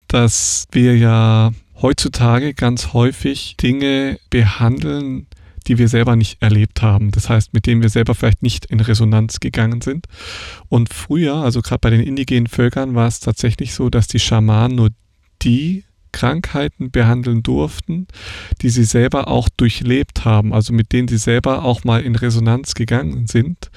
dass wir ja heutzutage ganz häufig Dinge behandeln, die wir selber nicht erlebt haben. Das heißt, mit denen wir selber vielleicht nicht in Resonanz gegangen sind. Und früher, also gerade bei den indigenen Völkern, war es tatsächlich so, dass die Schamanen nur die Krankheiten behandeln durften, die sie selber auch durchlebt haben, also mit denen sie selber auch mal in Resonanz gegangen sind.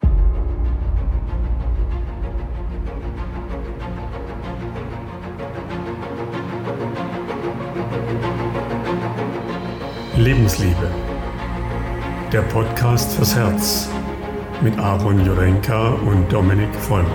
Lebensliebe, der Podcast fürs Herz mit Aaron Jurenka und Dominik Vollmer.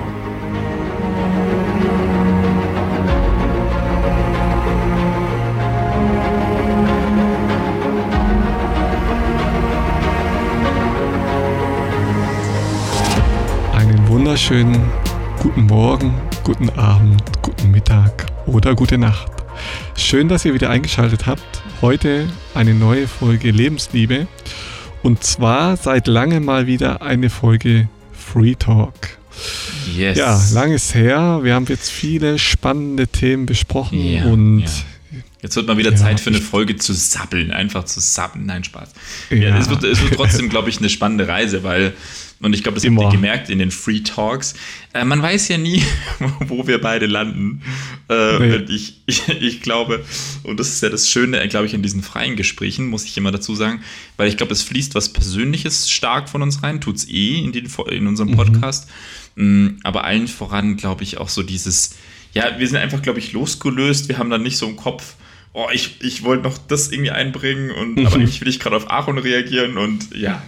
Einen wunderschönen guten Morgen, guten Abend, guten Mittag oder gute Nacht. Schön, dass ihr wieder eingeschaltet habt. Heute eine neue Folge Lebensliebe und zwar seit langem mal wieder eine Folge Free Talk. Yes. Ja, lang ist her. Wir haben jetzt viele spannende Themen besprochen Jetzt wird mal wieder Zeit für eine Folge zu sabbeln, einfach zu sabbeln. Nein, Spaß. Ja, es wird trotzdem, glaube ich, eine spannende Reise, weil, und ich glaube, das habt ihr gemerkt in den Free Talks, man weiß ja nie, wo wir beide landen. Ich glaube, und das ist ja das Schöne, glaube ich, in diesen freien Gesprächen, muss ich immer dazu sagen, weil ich glaube, es fließt was Persönliches stark von uns rein, tut's in unserem Podcast, aber allen voran, glaube ich, auch so dieses, ja, wir sind einfach, glaube ich, losgelöst, wir haben dann nicht so im Kopf, oh, ich wollte noch das irgendwie einbringen, aber eigentlich will ich gerade auf Aaron reagieren und ja.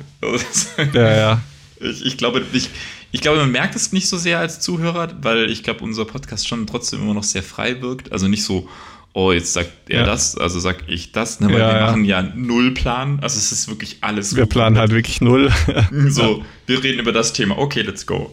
Ich glaube, man merkt es nicht so sehr als Zuhörer, weil ich glaube, unser Podcast schon trotzdem immer noch sehr frei wirkt. Also nicht so, oh, jetzt sagt er das, also sag ich das, ne? Weil wir machen ja null Plan. Also es ist wirklich alles. Wir planen halt wirklich null. So, wir reden über das Thema. Okay, let's go.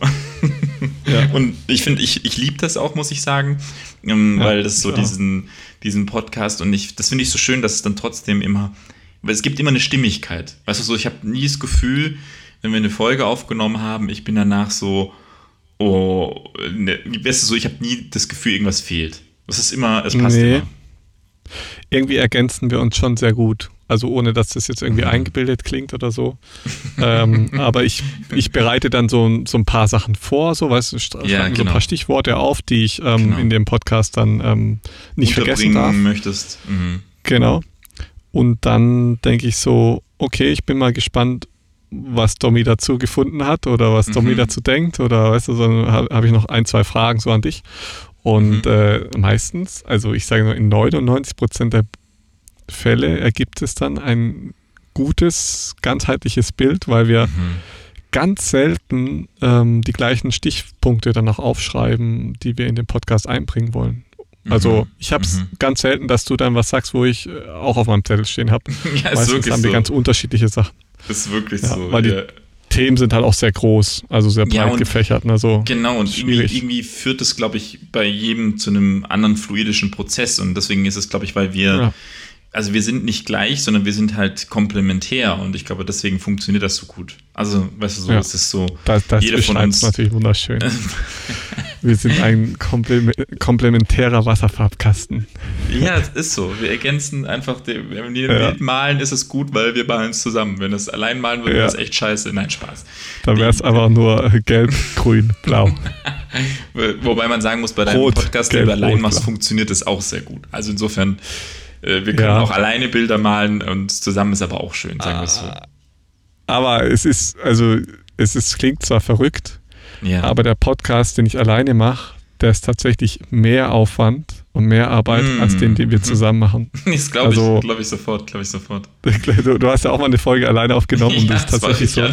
Und ich finde, ich liebe das auch, muss ich sagen, weil das so diesen Podcast und das finde ich so schön, dass es dann trotzdem immer, weil es gibt immer eine Stimmigkeit. Weißt du, so, ich habe nie das Gefühl, wenn wir eine Folge aufgenommen haben, ich bin danach so, weißt du, so, ich habe nie das Gefühl, irgendwas fehlt. Es ist immer, es passt immer. Irgendwie ergänzen wir uns schon sehr gut. Also ohne, dass das jetzt irgendwie eingebildet klingt oder so. Aber ich bereite dann so ein paar Sachen vor, so, weißt du, so ein paar Stichworte auf, die ich in dem Podcast dann nicht vergessen darf. Möchtest. Mhm. Genau. Und dann denke ich so, okay, ich bin mal gespannt, was Domi dazu gefunden hat oder was Domi dazu denkt oder weißt du, so habe ich noch 1, 2 Fragen so an dich. Und meistens, also ich sage nur in 99% der Fälle ergibt es dann ein gutes, ganzheitliches Bild, weil wir ganz selten die gleichen Stichpunkte dann auch aufschreiben, die wir in den Podcast einbringen wollen. Also ich habe es ganz selten, dass du dann was sagst, wo ich auch auf meinem Zettel stehen habe. Ja, meistens haben wir ganz unterschiedliche Sachen. Das ist wirklich so. Weil die Themen sind halt auch sehr groß, also sehr breit gefächert. Also genau, und irgendwie führt es, glaube ich, bei jedem zu einem anderen fluidischen Prozess. Und deswegen ist es, glaube ich, weil wir, also wir sind nicht gleich, sondern wir sind halt komplementär. Und ich glaube, deswegen funktioniert das so gut. Also, weißt du, so es ist so, das jeder von uns natürlich wunderschön. Wir sind ein komplementärer Wasserfarbkasten. Ja, es ist so. Wir ergänzen einfach, wenn wir ein Bild malen, ist es gut, weil wir malen es zusammen. Wenn es allein malen würde, wäre es echt scheiße. Nein, Spaß. Dann wäre es einfach nur gelb, grün, blau. Wobei man sagen muss, bei deinem Podcast, den du allein machst, funktioniert es auch sehr gut. Also insofern, wir können auch alleine Bilder malen und zusammen ist aber auch schön, sagen wir es so. Aber es klingt zwar verrückt, aber der Podcast, den ich alleine mache, der ist tatsächlich mehr Aufwand und mehr Arbeit als den wir zusammen machen. Das glaube ich sofort. Du hast ja auch mal eine Folge alleine aufgenommen und das ist tatsächlich so.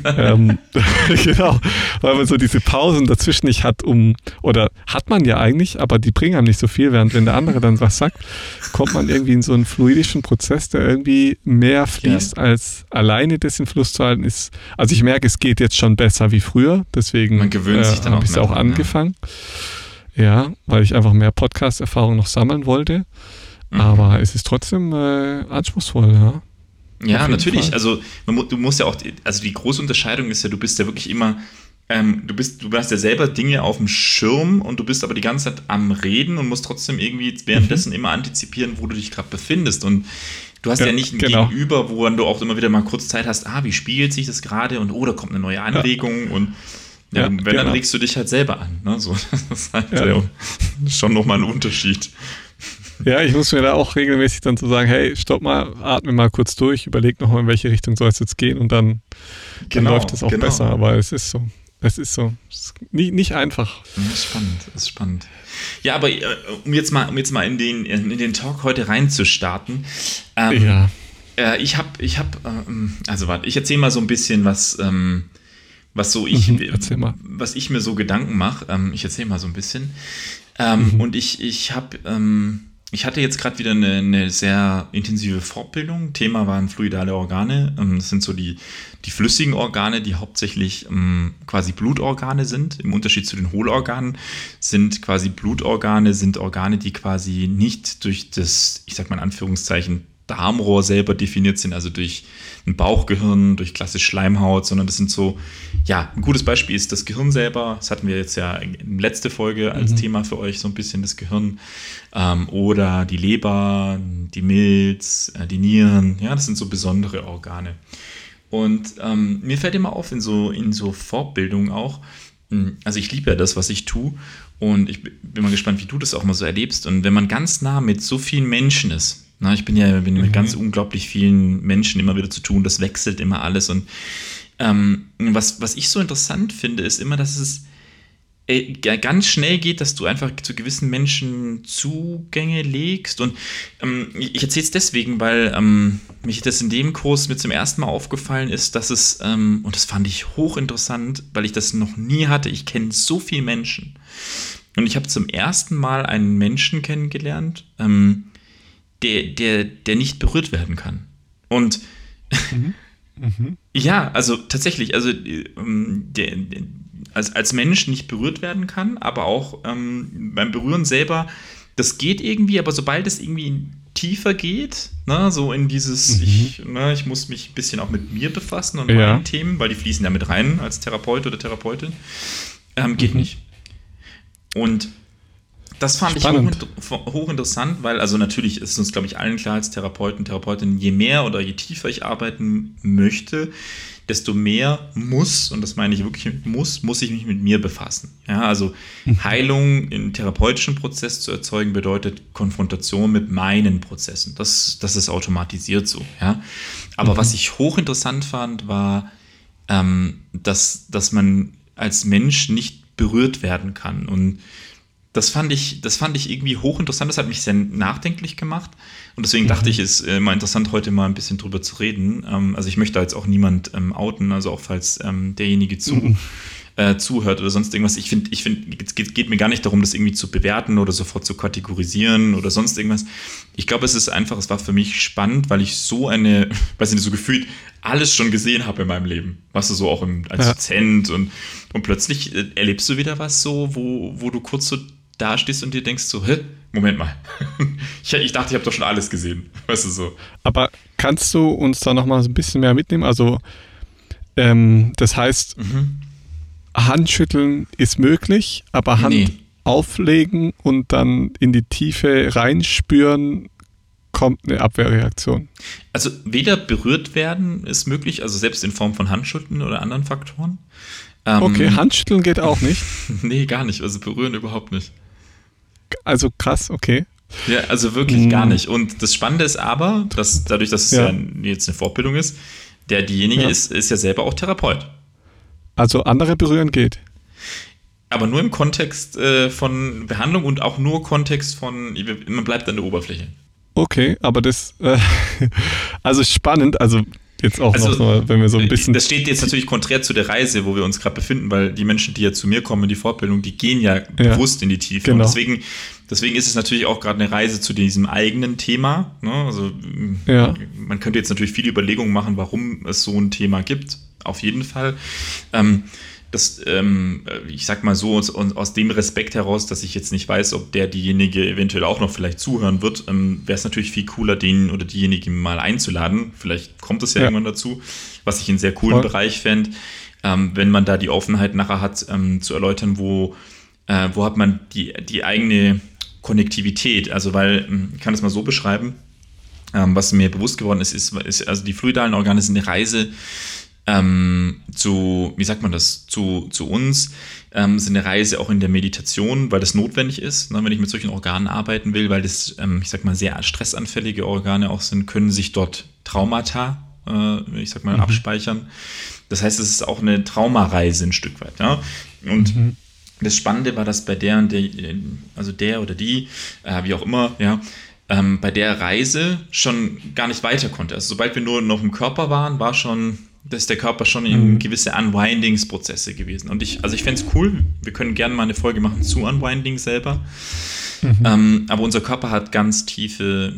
Genau, weil man so diese Pausen dazwischen nicht hat, oder hat man ja eigentlich, aber die bringen einem nicht so viel, während wenn der andere dann was sagt, kommt man irgendwie in so einen fluidischen Prozess, der irgendwie mehr fließt, als alleine das in Fluss zu halten ist. Also ich merke, es geht jetzt schon besser wie früher, deswegen man gewöhnt sich dann habe ich es auch angefangen. Ja, weil ich einfach mehr Podcast-Erfahrung noch sammeln wollte. Aber es ist trotzdem anspruchsvoll, ja. Ja, natürlich. Fall. Also du musst ja auch, also die große Unterscheidung ist ja, du bist ja wirklich immer du hast ja selber Dinge auf dem Schirm und du bist aber die ganze Zeit am Reden und musst trotzdem irgendwie währenddessen immer antizipieren, wo du dich gerade befindest. Und du hast ja nicht ein Gegenüber, wo du auch immer wieder mal kurz Zeit hast, wie spiegelt sich das gerade und da kommt eine neue Anregung und dann regst du dich halt selber an. Ne? So, das ist halt schon nochmal ein Unterschied. Ja, ich muss mir da auch regelmäßig dann so sagen, hey, stopp mal, atme mal kurz durch, überleg nochmal, in welche Richtung soll es jetzt gehen und dann läuft es auch besser. Aber es ist so. Es ist nicht einfach. Das ist spannend. Ja, aber um jetzt mal in den Talk heute reinzustarten. Ich erzähle mal so ein bisschen, was ich mir so Gedanken mache. Ich erzähle mal so ein bisschen. Und ich hatte jetzt gerade wieder eine sehr intensive Fortbildung. Thema waren fluidale Organe. Das sind so die flüssigen Organe, die hauptsächlich quasi Blutorgane sind. Im Unterschied zu den Hohlorganen sind quasi Blutorgane, sind Organe, die quasi nicht durch das, ich sag mal in Anführungszeichen, Darmrohr selber definiert sind, also durch ein Bauchgehirn, durch klassisch Schleimhaut, sondern das sind so, ein gutes Beispiel ist das Gehirn selber. Das hatten wir jetzt ja in letzter Folge als Thema für euch, so ein bisschen das Gehirn. Oder die Leber, die Milz, die Nieren. Ja, das sind so besondere Organe. Und mir fällt immer auf, in so Fortbildungen auch, also ich liebe ja das, was ich tue und ich bin mal gespannt, wie du das auch mal so erlebst. Und wenn man ganz nah mit so vielen Menschen ist, ich bin mit ganz unglaublich vielen Menschen immer wieder zu tun, das wechselt immer alles. Und was ich so interessant finde, ist immer, dass es ganz schnell geht, dass du einfach zu gewissen Menschen Zugänge legst. Und ich erzähle es deswegen, weil mich das in dem Kurs mir zum ersten Mal aufgefallen ist, dass es, und das fand ich hochinteressant, weil ich das noch nie hatte, ich kenne so viele Menschen. Und ich habe zum ersten Mal einen Menschen kennengelernt, der nicht berührt werden kann. Und ja, also tatsächlich, also der als Mensch nicht berührt werden kann, aber auch beim Berühren selber, das geht irgendwie, aber sobald es irgendwie tiefer geht, so in dieses, ich muss mich ein bisschen auch mit mir befassen und meinen Themen, weil die fließen ja mit rein als Therapeut oder Therapeutin, geht nicht. Und das fand ich hochinteressant, weil, also natürlich ist uns, glaube ich, allen klar als Therapeuten, Therapeutinnen, je mehr oder je tiefer ich arbeiten möchte, desto mehr und das meine ich wirklich mit muss ich mich mit mir befassen. Ja, also Heilung im therapeutischen Prozess zu erzeugen, bedeutet Konfrontation mit meinen Prozessen. Das ist automatisiert so. Ja. Aber was ich hochinteressant fand, war, dass man als Mensch nicht berührt werden kann. Und das fand ich irgendwie hochinteressant, das hat mich sehr nachdenklich gemacht und deswegen dachte ich, es ist mal interessant, heute mal ein bisschen drüber zu reden. Also ich möchte jetzt auch niemand outen, also auch falls derjenige zuhört oder sonst irgendwas. Ich finde, es geht mir gar nicht darum, das irgendwie zu bewerten oder sofort zu kategorisieren oder sonst irgendwas. Ich glaube, es war für mich spannend, weil ich so so gefühlt alles schon gesehen habe in meinem Leben. Was du so auch als Dozent und plötzlich erlebst du wieder was so, wo du kurz so da stehst und dir denkst so, Moment mal, ich dachte, ich habe doch schon alles gesehen, weißt du so. Aber kannst du uns da nochmal so ein bisschen mehr mitnehmen? Also das heißt, Handschütteln ist möglich, aber Hand auflegen und dann in die Tiefe reinspüren, kommt eine Abwehrreaktion. Also weder berührt werden ist möglich, also selbst in Form von Handschütteln oder anderen Faktoren. Okay, Handschütteln geht auch nicht? Nee, gar nicht, also berühren überhaupt nicht. Also krass, okay. Ja, also wirklich gar nicht. Und das Spannende ist aber, dass dadurch, dass es ja jetzt eine Fortbildung ist, diejenige ist ja selber auch Therapeut. Also andere berühren geht. Aber nur im Kontext von Behandlung und auch nur Kontext von, man bleibt an der Oberfläche. Okay, aber das, also spannend, also jetzt auch noch, wenn wir so ein bisschen... Das steht jetzt natürlich konträr zu der Reise, wo wir uns gerade befinden, weil die Menschen, die ja zu mir kommen in die Fortbildung, die gehen ja bewusst in die Tiefe. Genau. Und deswegen ist es natürlich auch gerade eine Reise zu diesem eigenen Thema. Ne? Also man könnte jetzt natürlich viele Überlegungen machen, warum es so ein Thema gibt. Auf jeden Fall. Ich sag mal so, aus dem Respekt heraus, dass ich jetzt nicht weiß, ob diejenige eventuell auch noch vielleicht zuhören wird, wäre es natürlich viel cooler, den oder diejenige mal einzuladen. Vielleicht kommt es ja irgendwann dazu, was ich einen sehr coolen Bereich fände. wenn man da die Offenheit nachher hat, zu erläutern, wo hat man die eigene Konnektivität. Also weil, ich kann das mal so beschreiben, was mir bewusst geworden ist, also die fluidalen Organe sind eine Reise zu uns, sind eine Reise auch in der Meditation, weil das notwendig ist, ne, wenn ich mit solchen Organen arbeiten will, weil das, sehr stressanfällige Organe auch sind, können sich dort Traumata, abspeichern. Das heißt, es ist auch eine Traumareise ein Stück weit. Ja? Und das Spannende war, dass bei der oder die, wie auch immer, ja, bei der Reise schon gar nicht weiter konnte. Also sobald wir nur noch im Körper waren, ist der Körper schon in gewisse Unwindingsprozesse gewesen. Und ich fände es cool, wir können gerne mal eine Folge machen zu Unwinding selber. Aber unser Körper hat ganz tiefe,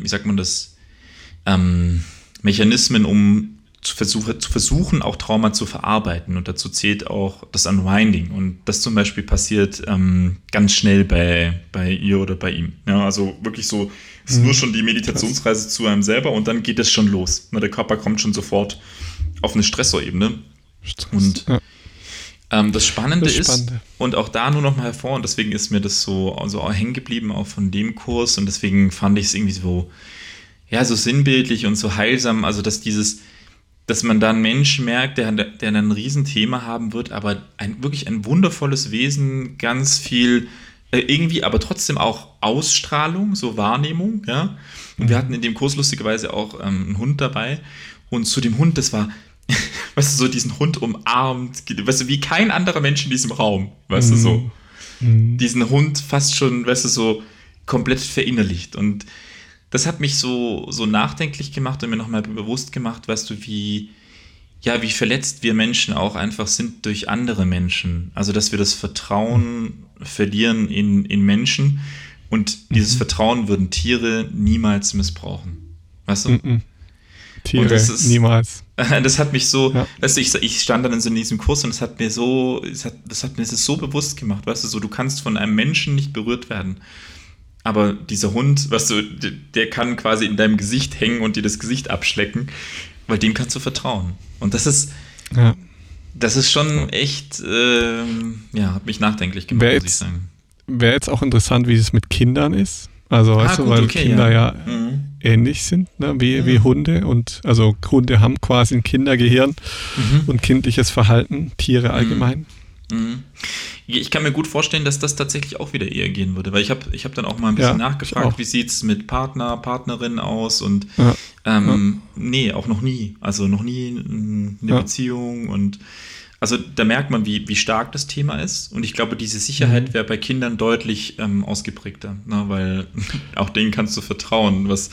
Mechanismen, um zu versuchen, auch Trauma zu verarbeiten. Und dazu zählt auch das Unwinding. Und das zum Beispiel passiert ganz schnell bei ihr oder bei ihm. Ja, also wirklich so, es ist nur schon die Meditationsreise zu einem selber und dann geht es schon los. Der Körper kommt schon sofort auf eine Stressorebene. Und das Spannende ist, und auch da nur noch mal hervor, und deswegen ist mir das so hängen geblieben, auch von dem Kurs, und deswegen fand ich es irgendwie so sinnbildlich und so heilsam, also dass man da einen Menschen merkt, der dann ein Riesenthema haben wird, aber wirklich ein wundervolles Wesen, ganz viel irgendwie, aber trotzdem auch Ausstrahlung, so Wahrnehmung, ja. Und wir hatten in dem Kurs lustigerweise auch einen Hund dabei, und zu dem Hund, das war, weißt du, so diesen Hund umarmt, weißt du, wie kein anderer Mensch in diesem Raum, weißt du, so. Diesen Hund fast schon, weißt du, so komplett verinnerlicht, und das hat mich so nachdenklich gemacht und mir nochmal bewusst gemacht, weißt du, wie verletzt wir Menschen auch einfach sind durch andere Menschen. Also, dass wir das Vertrauen verlieren in Menschen, und dieses Vertrauen würden Tiere niemals missbrauchen. Weißt du? Tiere niemals. Das hat mich so, weißt du, ich stand dann in diesem Kurs, und das hat mir so bewusst gemacht, weißt du, so, du kannst von einem Menschen nicht berührt werden. Aber dieser Hund, weißt du, der kann quasi in deinem Gesicht hängen und dir das Gesicht abschlecken, weil dem kannst du vertrauen. Und das ist schon echt, hat mich nachdenklich gemacht, muss ich sagen. Wäre jetzt auch interessant, wie es mit Kindern ist. Also, weißt du, weil Kinder ähnlich sind, ne, wie Hunde. Und also Hunde haben quasi ein Kindergehirn und kindliches Verhalten, Tiere allgemein. Ich kann mir gut vorstellen, dass das tatsächlich auch wieder eher gehen würde, weil ich hab dann auch mal ein bisschen nachgefragt, wie sieht es mit Partnerin aus, und nee, auch noch nie. Also noch nie eine Beziehung, und also da merkt man, wie stark das Thema ist, und ich glaube, diese Sicherheit wäre bei Kindern deutlich ausgeprägter, ne? Weil auch denen kannst du vertrauen, was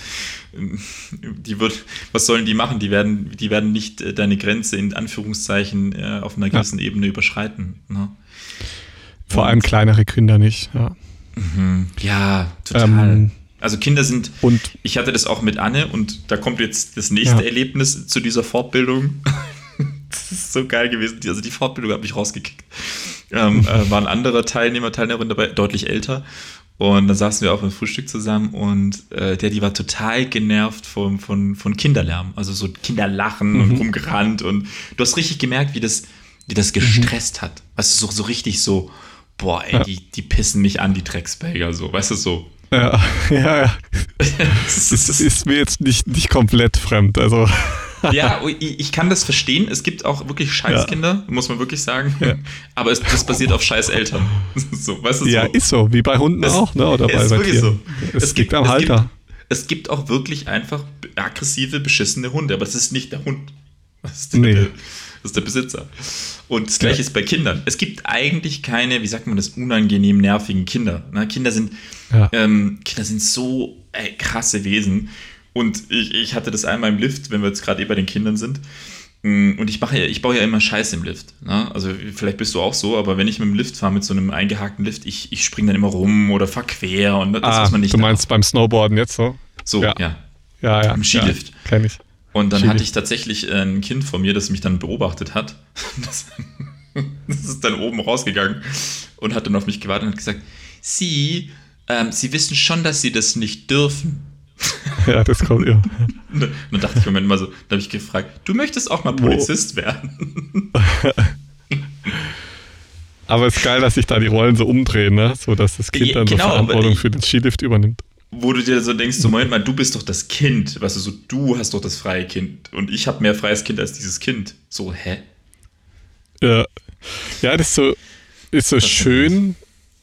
sollen die machen? Die werden nicht deine Grenze in Anführungszeichen auf einer gewissen Ebene überschreiten, ne? Vor allem kleinere Kinder nicht, ja. Ja, total. Also Kinder sind, ich hatte das auch mit Anne, und da kommt jetzt das nächste Erlebnis zu dieser Fortbildung. Das ist so geil gewesen. Also die Fortbildung hat mich rausgekickt. Waren andere Teilnehmerinnen dabei, deutlich älter. Und dann saßen wir auch beim Frühstück zusammen, und die war total genervt von Kinderlärm. Also so Kinderlachen und rumgerannt. Und du hast richtig gemerkt, wie das gestresst hat. Weißt du, so richtig so, boah, ey, die pissen mich an, die Drecksbelger, so, weißt du, so. Ja. Das ist mir jetzt nicht komplett fremd, also. Ja, ich kann das verstehen. Es gibt auch wirklich Scheißkinder, muss man wirklich sagen. Ja. Aber das basiert auf Scheißeltern. So, weißt du, ja, so. Ist so, wie bei Hunden auch, ne? Oder bei Tieren. So. Es liegt am Halter. Es gibt auch wirklich einfach aggressive, beschissene Hunde, aber es ist nicht der Hund. Das ist der Besitzer. Und das Gleiche ist bei Kindern. Es gibt eigentlich keine, wie sagt man das, unangenehm nervigen Kinder. Na, Kinder sind so krasse Wesen. Und ich hatte das einmal im Lift, wenn wir jetzt gerade bei den Kindern sind. Und ich baue ja immer Scheiße im Lift. Ne? Also vielleicht bist du auch so, aber wenn ich mit dem Lift fahre, mit so einem eingehakten Lift, ich springe dann immer rum oder verquer, und das was man nicht. Du meinst beim Snowboarden jetzt so? So, ja. Im Skilift. Ja, kenn ich. Und dann hatte ich tatsächlich ein Kind vor mir, das mich dann beobachtet hat. Das ist dann oben rausgegangen und hat dann auf mich gewartet und hat gesagt, Sie wissen schon, dass Sie das nicht dürfen. Ja, das kommt ja. Dann dachte ich, Moment mal so, da habe ich gefragt, du möchtest auch mal Polizist werden? Aber es ist geil, dass sich da die Rollen so umdrehen, ne? So dass das Kind dann so Verantwortung für den Skilift übernimmt. Wo du dir so denkst, so Moment mal, du bist doch das Kind, weißt du, so du hast doch das freie Kind und ich habe mehr freies Kind als dieses Kind. So, hä? Ja, das ist so schön.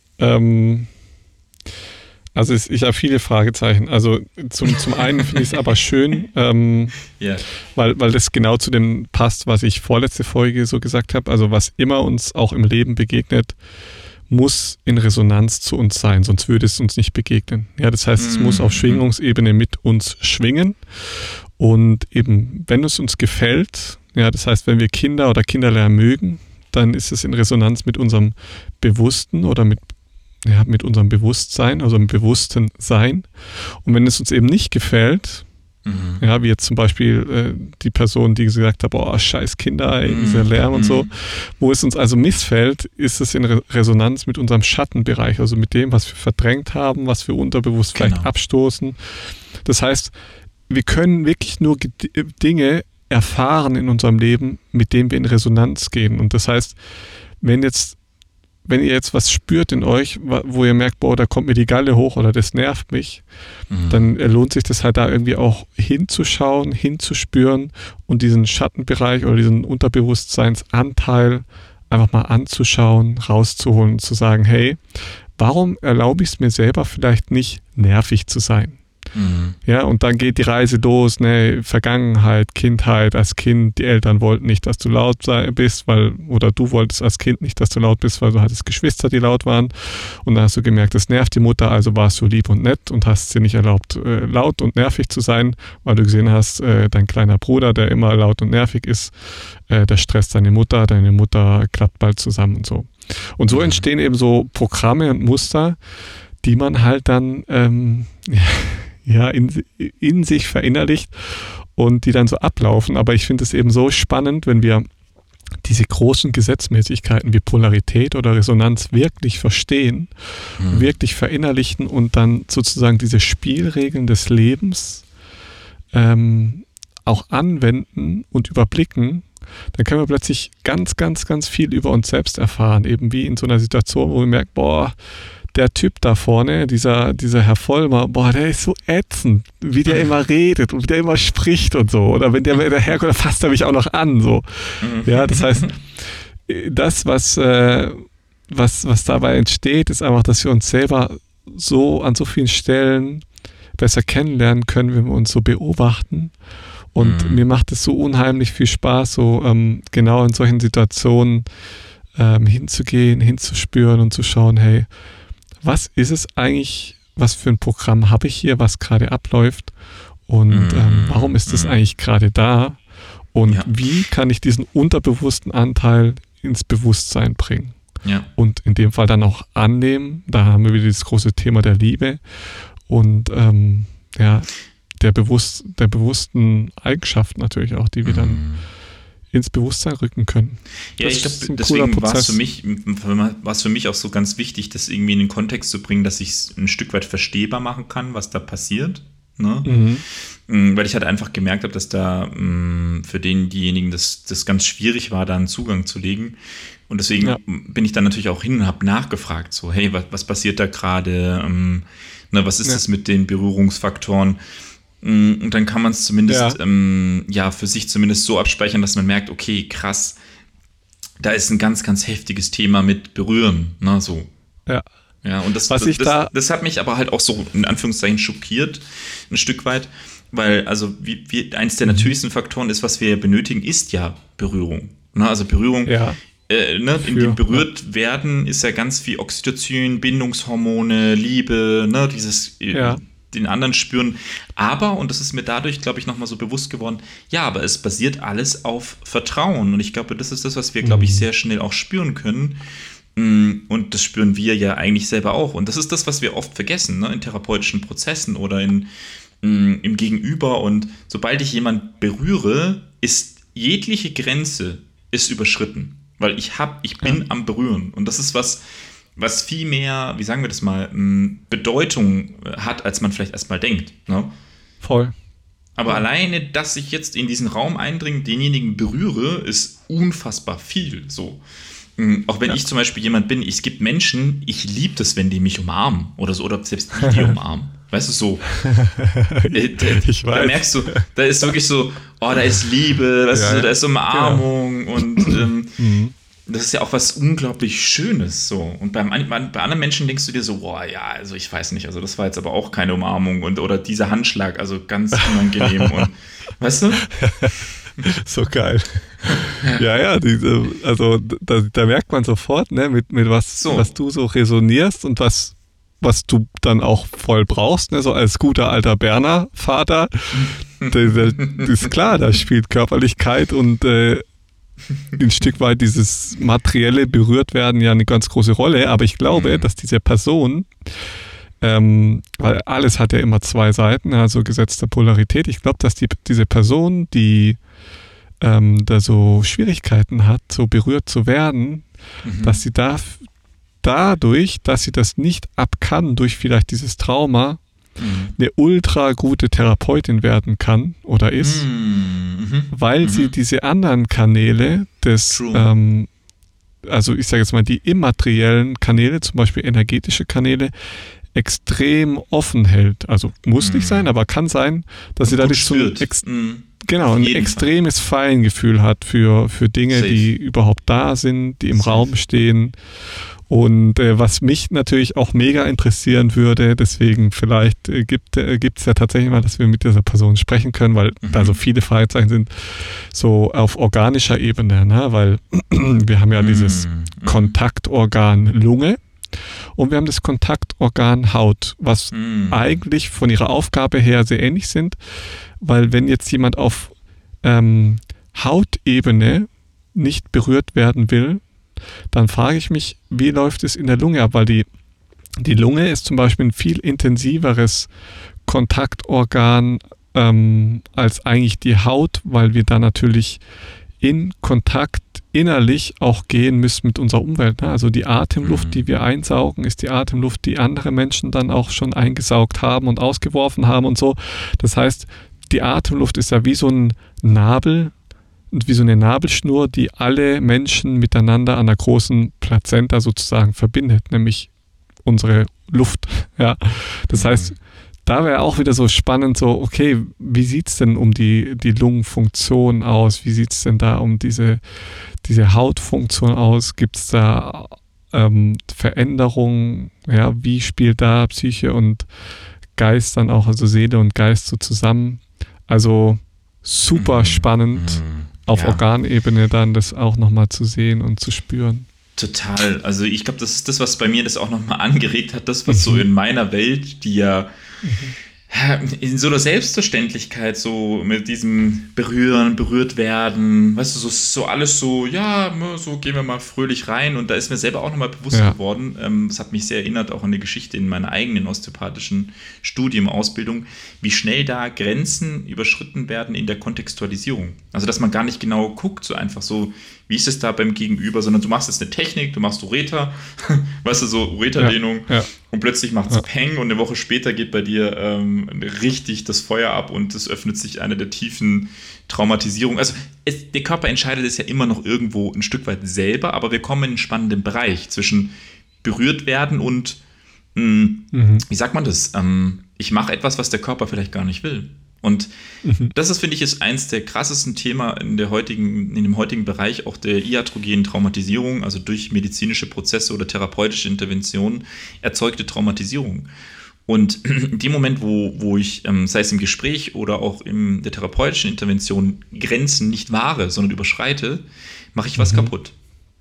Also ich habe viele Fragezeichen. Also zum einen finde ich es aber schön, weil das genau zu dem passt, was ich vorletzte Folge so gesagt habe. Also was immer uns auch im Leben begegnet, muss in Resonanz zu uns sein, sonst würde es uns nicht begegnen. Ja, das heißt, es muss auf Schwingungsebene mit uns schwingen. Und eben, wenn es uns gefällt, ja, das heißt, wenn wir Kinder oder Kinderlehrer mögen, dann ist es in Resonanz mit unserem Bewussten oder mit unserem Bewusstsein, also im bewussten Sein. Und wenn es uns eben nicht gefällt, ja, wie jetzt zum Beispiel die Person, die gesagt hat, boah, scheiß Kinder, ey, dieser Lärm und so, wo es uns also missfällt, ist es in Resonanz mit unserem Schattenbereich, also mit dem, was wir verdrängt haben, was wir unterbewusst vielleicht abstoßen. Das heißt, wir können wirklich nur Dinge erfahren in unserem Leben, mit denen wir in Resonanz gehen. Und das heißt, wenn ihr jetzt was spürt in euch, wo ihr merkt, boah, da kommt mir die Galle hoch oder das nervt mich, dann lohnt sich das halt da irgendwie auch hinzuschauen, hinzuspüren und diesen Schattenbereich oder diesen Unterbewusstseinsanteil einfach mal anzuschauen, rauszuholen und zu sagen, hey, warum erlaube ich es mir selber vielleicht nicht, nervig zu sein? Ja, und dann geht die Reise los, ne, Vergangenheit, Kindheit, als Kind, die Eltern wollten nicht, dass du laut bist, oder du wolltest als Kind nicht, dass du laut bist, weil du hattest Geschwister, die laut waren, und dann hast du gemerkt, das nervt die Mutter, also warst du lieb und nett und hast sie nicht erlaubt, laut und nervig zu sein, weil du gesehen hast, dein kleiner Bruder, der immer laut und nervig ist, der stresst deine Mutter klappt bald zusammen und so. Und so entstehen eben so Programme und Muster, die man halt dann in sich verinnerlicht und die dann so ablaufen. Aber ich finde es eben so spannend, wenn wir diese großen Gesetzmäßigkeiten wie Polarität oder Resonanz wirklich verstehen, wirklich verinnerlichen und dann sozusagen diese Spielregeln des Lebens auch anwenden und überblicken, dann können wir plötzlich ganz, ganz, ganz viel über uns selbst erfahren. Eben wie in so einer Situation, wo wir merken, boah, der Typ da vorne, dieser Herr Vollmer, boah, der ist so ätzend, wie der immer redet und wie der immer spricht und so. Oder wenn der daherkommt, dann fasst er mich auch noch an. So. Ja, das heißt, das, was dabei entsteht, ist einfach, dass wir uns selber so an so vielen Stellen besser kennenlernen können, wenn wir uns so beobachten. Und mir macht es so unheimlich viel Spaß, so genau in solchen Situationen hinzugehen, hinzuspüren und zu schauen, hey, was ist es eigentlich, was für ein Programm habe ich hier, was gerade abläuft und warum ist es eigentlich gerade da und wie kann ich diesen unterbewussten Anteil ins Bewusstsein bringen und in dem Fall dann auch annehmen, da haben wir wieder das große Thema der Liebe und der bewussten Eigenschaften natürlich auch, die wir dann ins Bewusstsein rücken können. Ja, ich glaube, deswegen war es für mich auch so ganz wichtig, das irgendwie in den Kontext zu bringen, dass ich es ein Stück weit verstehbar machen kann, was da passiert. Ne? Weil ich halt einfach gemerkt habe, dass da für diejenigen das ganz schwierig war, da einen Zugang zu legen. Und deswegen bin ich dann natürlich auch hin und habe nachgefragt, so, hey, was passiert da gerade? Was ist das mit den Berührungsfaktoren? Und dann kann man es zumindest für sich zumindest so abspeichern, dass man merkt, okay, krass, da ist ein ganz, ganz heftiges Thema mit Berühren, ne, so. Ja, und das hat mich aber halt auch so in Anführungszeichen schockiert, ein Stück weit, weil also wie eins der natürlichsten Faktoren ist, was wir benötigen, ist ja Berührung. Ne, also Berührung, in dem berührt werden ist ja ganz viel Oxytocin, Bindungshormone, Liebe, ne, dieses den anderen spüren, aber, und das ist mir dadurch, glaube ich, nochmal so bewusst geworden, aber es basiert alles auf Vertrauen und ich glaube, das ist das, was wir, glaube ich, sehr schnell auch spüren können und das spüren wir ja eigentlich selber auch und das ist das, was wir oft vergessen, ne, in therapeutischen Prozessen oder im Gegenüber und sobald ich jemanden berühre, ist jegliche Grenze ist überschritten, weil ich bin am Berühren und das ist was viel mehr, wie sagen wir das mal, Bedeutung hat, als man vielleicht erstmal denkt. Ne? Voll. Aber alleine, dass ich jetzt in diesen Raum eindringe, denjenigen berühre, ist unfassbar viel. So. auch wenn ich zum Beispiel jemand bin, es gibt Menschen, ich liebe das, wenn die mich umarmen oder so, oder selbst die umarmen. Weißt du, so. Ich weiß. Da merkst du, da ist wirklich so, da ist Liebe, weißt du, da ist Umarmung und das ist ja auch was unglaublich Schönes. So. Und bei anderen Menschen denkst du dir so, also ich weiß nicht, also das war jetzt aber auch keine Umarmung oder dieser Handschlag, also ganz unangenehm und weißt du? So geil. Ja, da merkt man sofort, ne, mit was du so resonierst und was du dann auch voll brauchst, ne, so als guter alter Berner Vater. Ist klar, da spielt Körperlichkeit und ein Stück weit dieses materielle Berührtwerden ja eine ganz große Rolle, aber ich glaube, dass diese Person, weil alles hat ja immer zwei Seiten, also Gesetz der Polarität, ich glaube, dass diese Person, die da so Schwierigkeiten hat, so berührt zu werden, dass sie dadurch, dass sie das nicht ab kann, durch vielleicht dieses Trauma, eine ultra gute Therapeutin werden kann oder ist, weil sie diese anderen Kanäle des, also ich sage jetzt mal die immateriellen Kanäle, zum Beispiel energetische Kanäle, extrem offen hält. Also muss nicht sein, aber kann sein, dass sie dadurch so ein extremes Feingefühl hat für Dinge, die überhaupt da sind, die im Raum stehen. Und was mich natürlich auch mega interessieren würde, deswegen vielleicht gibt es ja tatsächlich mal, dass wir mit dieser Person sprechen können, weil da so viele Fragezeichen sind, so auf organischer Ebene, ne? Weil wir haben ja dieses Kontaktorgan Lunge und wir haben das Kontaktorgan Haut, was eigentlich von ihrer Aufgabe her sehr ähnlich sind, weil wenn jetzt jemand auf Hautebene nicht berührt werden will, dann frage ich mich, wie läuft es in der Lunge ab? Weil die Lunge ist zum Beispiel ein viel intensiveres Kontaktorgan als eigentlich die Haut, weil wir da natürlich in Kontakt innerlich auch gehen müssen mit unserer Umwelt. Ne? Also die Atemluft, die wir einsaugen, ist die Atemluft, die andere Menschen dann auch schon eingesaugt haben und ausgeworfen haben und so. Das heißt, die Atemluft ist ja wie so ein Nabel, wie so eine Nabelschnur, die alle Menschen miteinander an der großen Plazenta sozusagen verbindet, nämlich unsere Luft. Ja. Das heißt, da wäre auch wieder so spannend, so, okay, wie sieht es denn um die Lungenfunktion aus? Wie sieht es denn da um diese Hautfunktion aus? Gibt es da Veränderungen? Ja, wie spielt da Psyche und Geist dann auch, also Seele und Geist so zusammen? Also super spannend. Auf Organebene dann das auch nochmal zu sehen und zu spüren. Total. Also ich glaube, das ist das, was bei mir das auch nochmal angeregt hat, das, was so in meiner Welt, die ja in so einer Selbstverständlichkeit so mit diesem berührt werden, weißt du, so alles so, so gehen wir mal fröhlich rein und da ist mir selber auch nochmal bewusst geworden, es hat mich sehr erinnert auch an die Geschichte in meiner eigenen osteopathischen Studium, Ausbildung, wie schnell da Grenzen überschritten werden in der Kontextualisierung. Also, dass man gar nicht genau guckt, so einfach so, wie ist es da beim Gegenüber, sondern du machst jetzt eine Technik, du machst Ureter, weißt du, so Ureterdehnung und plötzlich macht es Peng und eine Woche später geht bei dir richtig das Feuer ab und es öffnet sich eine der tiefen Traumatisierungen. Also der Körper entscheidet es ja immer noch irgendwo ein Stück weit selber, aber wir kommen in einen spannenden Bereich zwischen berührt werden und wie sagt man das? Ich mache etwas, was der Körper vielleicht gar nicht will. Und das ist, finde ich, ist eins der krassesten Themen in dem heutigen Bereich auch der iatrogenen Traumatisierung, also durch medizinische Prozesse oder therapeutische Interventionen erzeugte Traumatisierung. Und in dem Moment, wo ich, sei es im Gespräch oder auch in der therapeutischen Intervention, Grenzen nicht wahre, sondern überschreite, mache ich was kaputt.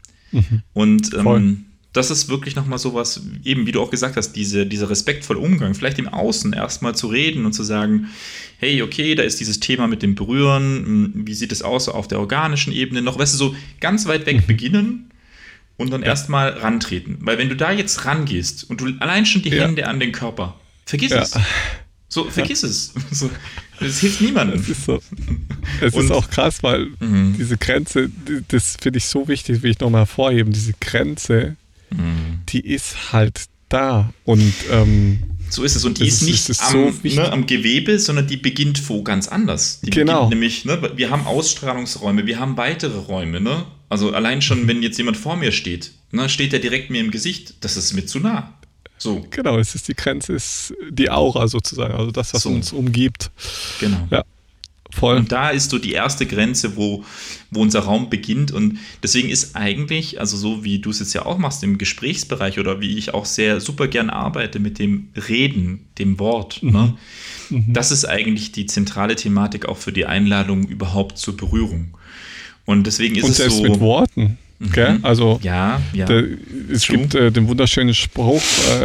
Und das ist wirklich nochmal sowas, eben wie du auch gesagt hast, dieser respektvolle Umgang, vielleicht im Außen erstmal zu reden und zu sagen, hey, okay, da ist dieses Thema mit dem Berühren, wie sieht es aus auf der organischen Ebene noch, weißt du, so ganz weit weg beginnen und dann erstmal rantreten. Weil wenn du da jetzt rangehst und du allein schon die Hände an den Körper, vergiss es. So, vergiss es. So, das hilft niemandem. Es ist so. Es ist auch krass, weil diese Grenze, das finde ich so wichtig, will ich nochmal hervorheben, diese Grenze, die ist halt da und so ist es. Und die ist nicht am Gewebe, sondern die beginnt wo ganz anders. Die beginnt nämlich, wir haben Ausstrahlungsräume, wir haben weitere Räume, Also allein schon, wenn jetzt jemand vor mir steht, ne, steht der direkt mir im Gesicht, das ist mir zu nah. So. Genau, es ist die Grenze, ist die Aura sozusagen, also das, was uns umgibt. Genau. Ja, voll. Und da ist so die erste Grenze, wo unser Raum beginnt. Und deswegen ist eigentlich, also so wie du es jetzt ja auch machst im Gesprächsbereich oder wie ich auch super gern arbeite mit dem Reden, dem Wort, ne? Das ist eigentlich die zentrale Thematik auch für die Einladung überhaupt zur Berührung. Und deswegen ist es so. Und selbst mit Worten. Okay? Also ja. Es gibt den wunderschönen Spruch,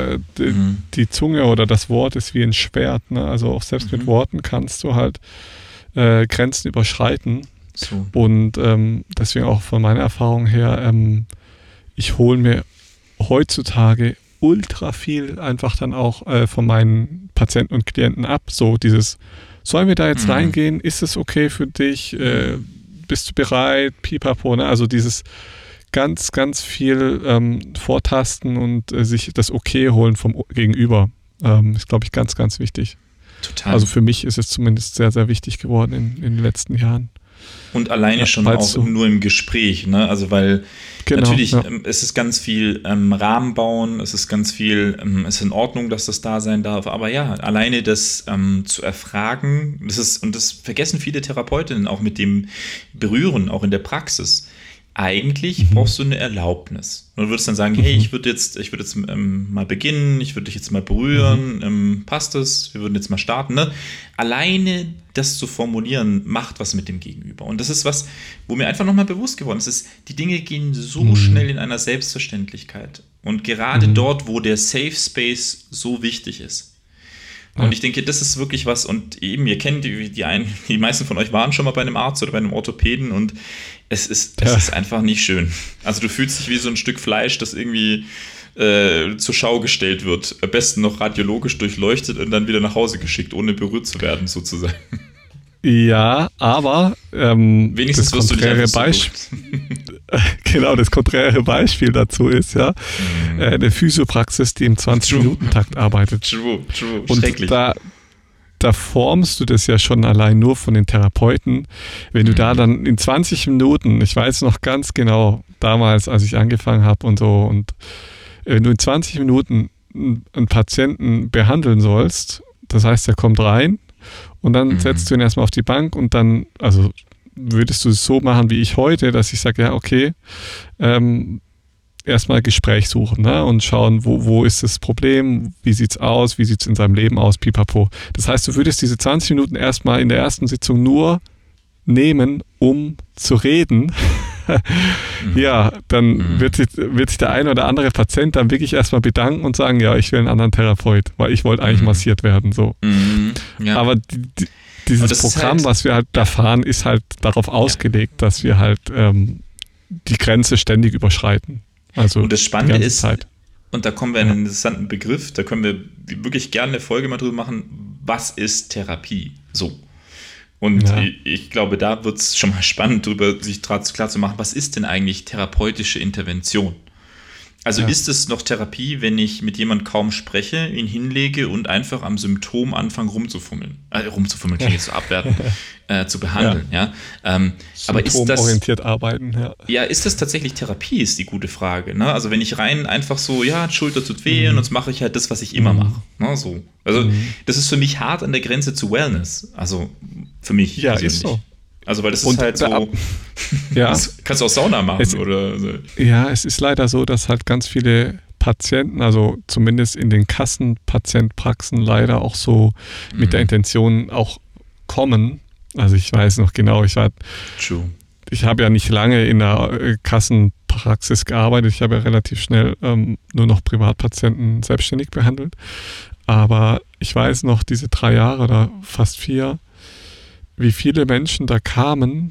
die Zunge oder das Wort ist wie ein Schwert. Ne? Also auch selbst mit Worten kannst du halt Grenzen überschreiten. So. Und deswegen auch von meiner Erfahrung her, ich hole mir heutzutage ultra viel einfach dann auch von meinen Patienten und Klienten ab. So dieses, sollen wir da jetzt reingehen? Ist es okay für dich? Bist du bereit? Pipapo, ne? Also dieses ganz, ganz viel vortasten und sich das Okay holen vom Gegenüber. Ist, glaube ich, ganz, ganz wichtig. Total. Also für mich ist es zumindest sehr, sehr wichtig geworden in den letzten Jahren. Und alleine schon auch nur im Gespräch, ne? Also weil natürlich es ist ganz viel Rahmen bauen, es ist ganz viel, es ist in Ordnung, dass das da sein darf, aber ja, alleine das zu erfragen, das vergessen viele Therapeutinnen auch mit dem Berühren, auch in der Praxis. Eigentlich brauchst du eine Erlaubnis. Du würdest dann sagen, hey, ich würde jetzt mal beginnen, ich würde dich jetzt mal berühren, passt es, wir würden jetzt mal starten. Ne? Alleine das zu formulieren, macht was mit dem Gegenüber. Und das ist was, wo mir einfach nochmal bewusst geworden ist, die Dinge gehen so schnell in einer Selbstverständlichkeit. Und gerade dort, wo der Safe Space so wichtig ist. Und ich denke, das ist wirklich was, und eben, ihr kennt die meisten von euch waren schon mal bei einem Arzt oder bei einem Orthopäden, und es ist einfach nicht schön. Also du fühlst dich wie so ein Stück Fleisch, das irgendwie zur Schau gestellt wird, am besten noch radiologisch durchleuchtet und dann wieder nach Hause geschickt, ohne berührt zu werden sozusagen. Ja, aber wenigstens das konträre Genau, das konträre Beispiel dazu ist eine Physiopraxis, die im 20-Minuten-Takt arbeitet. True. Und schrecklich. Da formst du das ja schon allein nur von den Therapeuten. Wenn du da dann in 20 Minuten, ich weiß noch ganz genau, damals, als ich angefangen habe und so, und wenn du in 20 Minuten einen Patienten behandeln sollst, das heißt, er kommt rein und dann setzt du ihn erstmal auf die Bank und dann, also würdest du es so machen wie ich heute, dass ich sage, ja, okay, erstmal Gespräch suchen, ne? Und schauen, wo ist das Problem, wie sieht's aus, wie sieht's in seinem Leben aus, pipapo. Das heißt, du würdest diese 20 Minuten erstmal in der ersten Sitzung nur nehmen, um zu reden. Ja, dann wird sich der eine oder andere Patient dann wirklich erstmal bedanken und sagen, ja, ich will einen anderen Therapeut, weil ich wollte eigentlich massiert werden. So. Ja. Aber dieses Programm, halt, was wir halt da fahren, ist halt darauf ausgelegt, dass wir halt die Grenze ständig überschreiten. Also und das Spannende ist, Zeit. Und da kommen wir in einen interessanten Begriff, da können wir wirklich gerne eine Folge mal drüber machen, was ist Therapie? So. Und ich glaube, da wird es schon mal spannend, darüber sich klar zu machen, was ist denn eigentlich therapeutische Intervention? Also ist es noch Therapie, wenn ich mit jemandem kaum spreche, ihn hinlege und einfach am Symptom anfange rumzufummeln? Rumzufummeln klingt jetzt so abwertend, zu behandeln. Ja. Aber ist das symptomorientiert arbeiten, ja, ist das tatsächlich Therapie, ist die gute Frage. Ne? Also wenn ich rein einfach so, Schulter tut weh und jetzt mache ich halt das, was ich immer mache. Ne? So. Also das ist für mich hart an der Grenze zu Wellness. Also für mich persönlich. Ist so. Also weil das ist halt so, das kannst du auch Sauna machen oder so. Ja, es ist leider so, dass halt ganz viele Patienten, also zumindest in den Kassenpatientpraxen leider auch so mit der Intention auch kommen. Also ich weiß noch genau, ich habe ja nicht lange in der Kassenpraxis gearbeitet, ich habe ja relativ schnell nur noch Privatpatienten selbstständig behandelt. Aber ich weiß noch, diese 3 Jahre oder fast 4, wie viele Menschen da kamen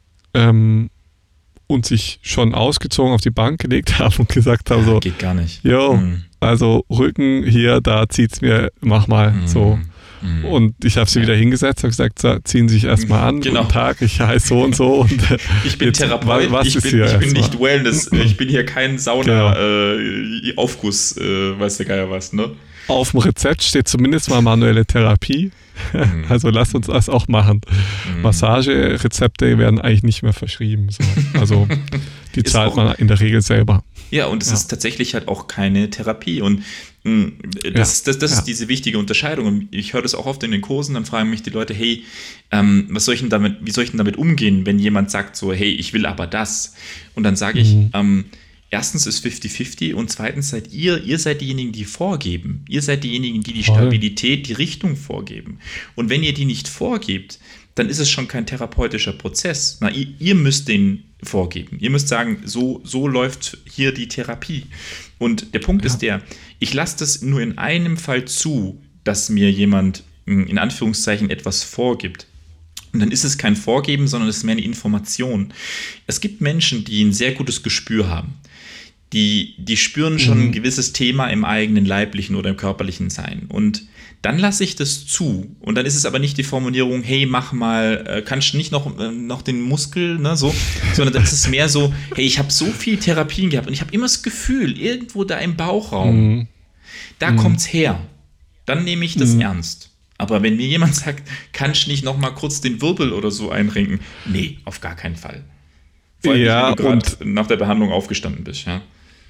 und sich schon ausgezogen auf die Bank gelegt haben und gesagt haben so, geht gar nicht. Also Rücken hier, da zieht's mir, mach mal so. Und ich habe sie wieder hingesetzt und gesagt, so, ziehen Sie sich erstmal an, genau. Guten Tag, ich heiße so und so. Und ich bin Therapeut, ich bin nicht Wellness, ich bin hier kein Sauna-Aufguss, weiß der Geier was, ne? Auf dem Rezept steht zumindest mal manuelle Therapie. Also lasst uns das auch machen. Massagerezepte werden eigentlich nicht mehr verschrieben. So. Also die zahlt man in der Regel selber. Ja, und es ist tatsächlich halt auch keine Therapie. Und das ist diese wichtige Unterscheidung. Und ich höre das auch oft in den Kursen, dann fragen mich die Leute, hey, wie soll ich denn damit umgehen, wenn jemand sagt so, hey, ich will aber das. Und dann sage ich, erstens ist 50-50 und zweitens seid ihr seid diejenigen, die vorgeben. Ihr seid diejenigen, die Stabilität, die Richtung vorgeben. Und wenn ihr die nicht vorgebt, dann ist es schon kein therapeutischer Prozess. Na, ihr müsst den vorgeben. Ihr müsst sagen, so läuft hier die Therapie. Und der Punkt ist ich lasse das nur in einem Fall zu, dass mir jemand in Anführungszeichen etwas vorgibt. Und dann ist es kein Vorgeben, sondern es ist mehr eine Information. Es gibt Menschen, die ein sehr gutes Gespür haben. Die spüren schon ein gewisses Thema im eigenen leiblichen oder im körperlichen Sein. Und dann lasse ich das zu. Und dann ist es aber nicht die Formulierung, hey, mach mal, kannst du nicht noch den Muskel, ne, so, sondern dann ist es mehr so, hey, ich habe so viel Therapien gehabt und ich habe immer das Gefühl, irgendwo da im Bauchraum, da kommt's her. Dann nehme ich das ernst. Aber wenn mir jemand sagt, kannst du nicht noch mal kurz den Wirbel oder so einrenken? Nee, auf gar keinen Fall. Vor allem, wenn du gerade nach der Behandlung aufgestanden bist, ja.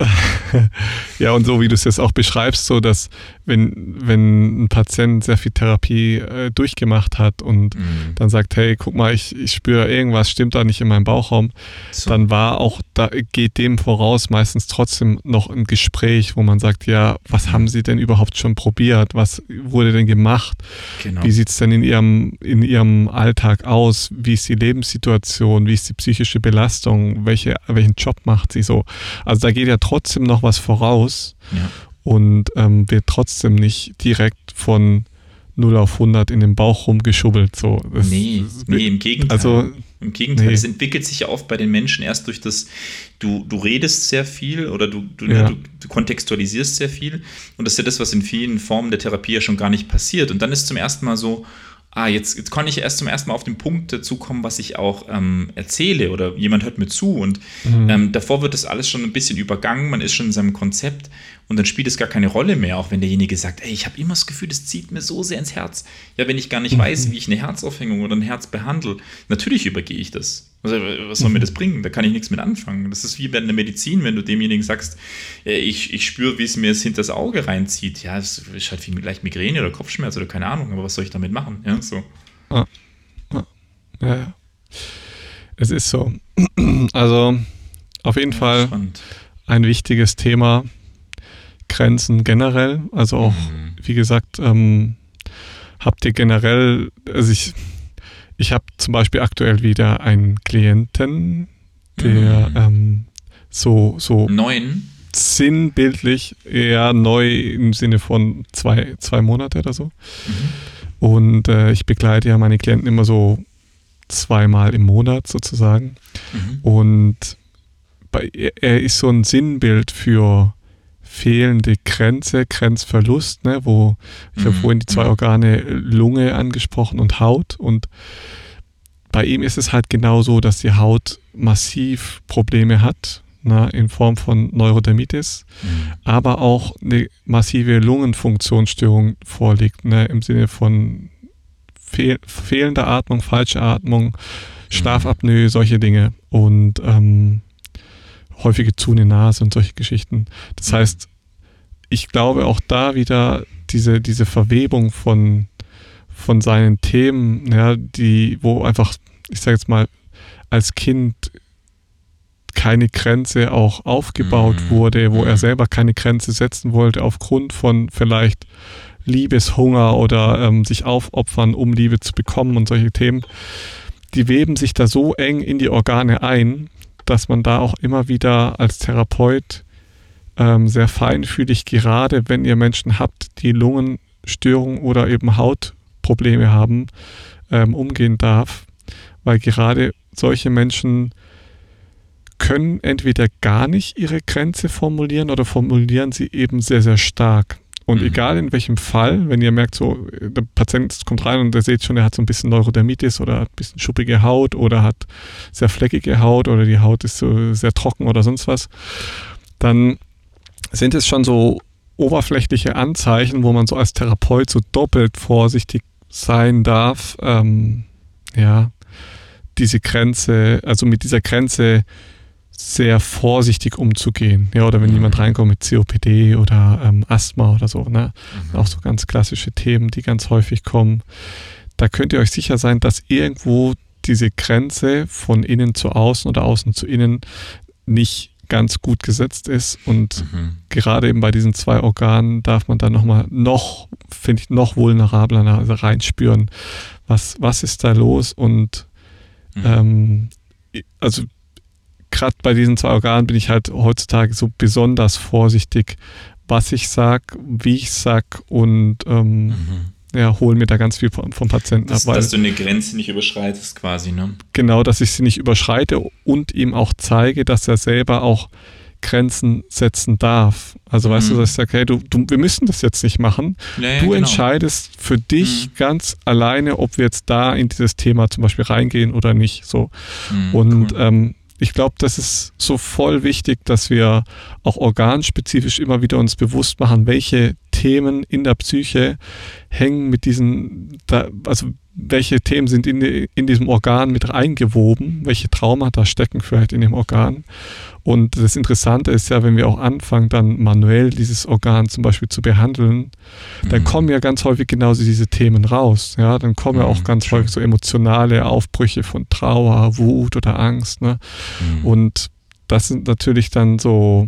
Ja, und so wie du es jetzt auch beschreibst, so dass wenn ein Patient sehr viel Therapie durchgemacht hat und dann sagt, hey, guck mal, ich spüre irgendwas, stimmt da nicht in meinem Bauchraum, dann geht dem voraus meistens trotzdem noch ein Gespräch, wo man sagt, ja, was haben Sie denn überhaupt schon probiert? Was wurde denn gemacht? Genau. Wie sieht es denn in Ihrem Alltag aus? Wie ist die Lebenssituation? Wie ist die psychische Belastung? Welchen Job macht sie so? Also da geht ja trotzdem noch was voraus und wird trotzdem nicht direkt von 0 auf 100 in den Bauch rumgeschubbelt. So. Nee, im Gegenteil. Also, im Gegenteil, es entwickelt sich ja oft bei den Menschen erst durch das, du redest sehr viel oder du kontextualisierst sehr viel und das ist ja das, was in vielen Formen der Therapie ja schon gar nicht passiert. Und dann ist zum ersten Mal so, jetzt kann ich erst zum ersten Mal auf den Punkt dazu kommen, was ich auch erzähle oder jemand hört mir zu und davor wird das alles schon ein bisschen übergangen, man ist schon in seinem Konzept und dann spielt es gar keine Rolle mehr, auch wenn derjenige sagt, ey, ich habe immer das Gefühl, das zieht mir so sehr ins Herz. Ja, wenn ich gar nicht weiß, wie ich eine Herzaufhängung oder ein Herz behandle, natürlich übergehe ich das. Also, was soll mir das bringen? Da kann ich nichts mit anfangen. Das ist wie bei der Medizin, wenn du demjenigen sagst, ich spüre, wie es mir jetzt hinter das Auge reinzieht. Ja, das ist halt vielleicht Migräne oder Kopfschmerz oder keine Ahnung, aber was soll ich damit machen? Ja, so. Ja. Es ist so. Also, auf jeden Fall spannend. Ein wichtiges Thema. Grenzen generell. Also auch, wie gesagt, habt ihr generell, also ich habe zum Beispiel aktuell wieder einen Klienten, der so sinnbildlich eher neu im Sinne von zwei Monate oder so. Und ich begleite ja meine Klienten immer so 2-mal im Monat sozusagen. Und er ist so ein Sinnbild für fehlende Grenzverlust, ne, wo ich habe vorhin die 2 Organe Lunge angesprochen und Haut und bei ihm ist es halt genau so, dass die Haut massiv Probleme hat, ne, in Form von Neurodermitis, aber auch eine massive Lungenfunktionsstörung vorliegt, ne, im Sinne von fehlender Atmung, falsche Atmung, Schlafapnoe, solche Dinge und häufige zunehmende Nase und solche Geschichten. Das heißt, ich glaube auch da wieder diese Verwebung von seinen Themen, ja, wo einfach, ich sage jetzt mal, als Kind keine Grenze auch aufgebaut wurde, wo er selber keine Grenze setzen wollte, aufgrund von vielleicht Liebeshunger oder sich aufopfern, um Liebe zu bekommen und solche Themen, die weben sich da so eng in die Organe ein, dass man da auch immer wieder als Therapeut sehr feinfühlig, gerade wenn ihr Menschen habt, die Lungenstörungen oder eben Hautprobleme haben, umgehen darf, weil gerade solche Menschen können entweder gar nicht ihre Grenze formulieren oder formulieren sie eben sehr, sehr stark. Und egal in welchem Fall, wenn ihr merkt, so der Patient kommt rein und ihr seht schon, er hat so ein bisschen Neurodermitis oder hat ein bisschen schuppige Haut oder hat sehr fleckige Haut oder die Haut ist so sehr trocken oder sonst was, dann sind es schon so oberflächliche Anzeichen, wo man so als Therapeut so doppelt vorsichtig sein darf, diese Grenze, also mit dieser Grenze sehr vorsichtig umzugehen. Ja, oder wenn jemand reinkommt mit COPD oder Asthma oder so, ne? Auch so ganz klassische Themen, die ganz häufig kommen. Da könnt ihr euch sicher sein, dass irgendwo diese Grenze von innen zu außen oder außen zu innen nicht ganz gut gesetzt ist. Und gerade eben bei diesen 2 Organen darf man dann noch vulnerabler reinspüren. Was ist da los? Und also gerade bei diesen 2 Organen bin ich halt heutzutage so besonders vorsichtig, was ich sag, wie ich sag und holen mir da ganz viel vom Patienten ab. Dass du eine Grenze nicht überschreitest quasi, ne? Genau, dass ich sie nicht überschreite und ihm auch zeige, dass er selber auch Grenzen setzen darf. Also weißt du, dass ich sage, hey, wir müssen das jetzt nicht machen. Du entscheidest für dich ganz alleine, ob wir jetzt da in dieses Thema zum Beispiel reingehen oder nicht. So. Und cool. Ich glaube, das ist so voll wichtig, dass wir auch organspezifisch immer wieder uns bewusst machen, welche Themen in der Psyche hängen mit also welche Themen sind in diesem Organ mit eingewoben, welche Traumata stecken vielleicht in dem Organ. Und das Interessante ist ja, wenn wir auch anfangen, dann manuell dieses Organ zum Beispiel zu behandeln, dann kommen ja ganz häufig genauso diese Themen raus. Ja, dann kommen ja auch ganz häufig so emotionale Aufbrüche von Trauer, Wut oder Angst. Ne? Und das sind natürlich dann so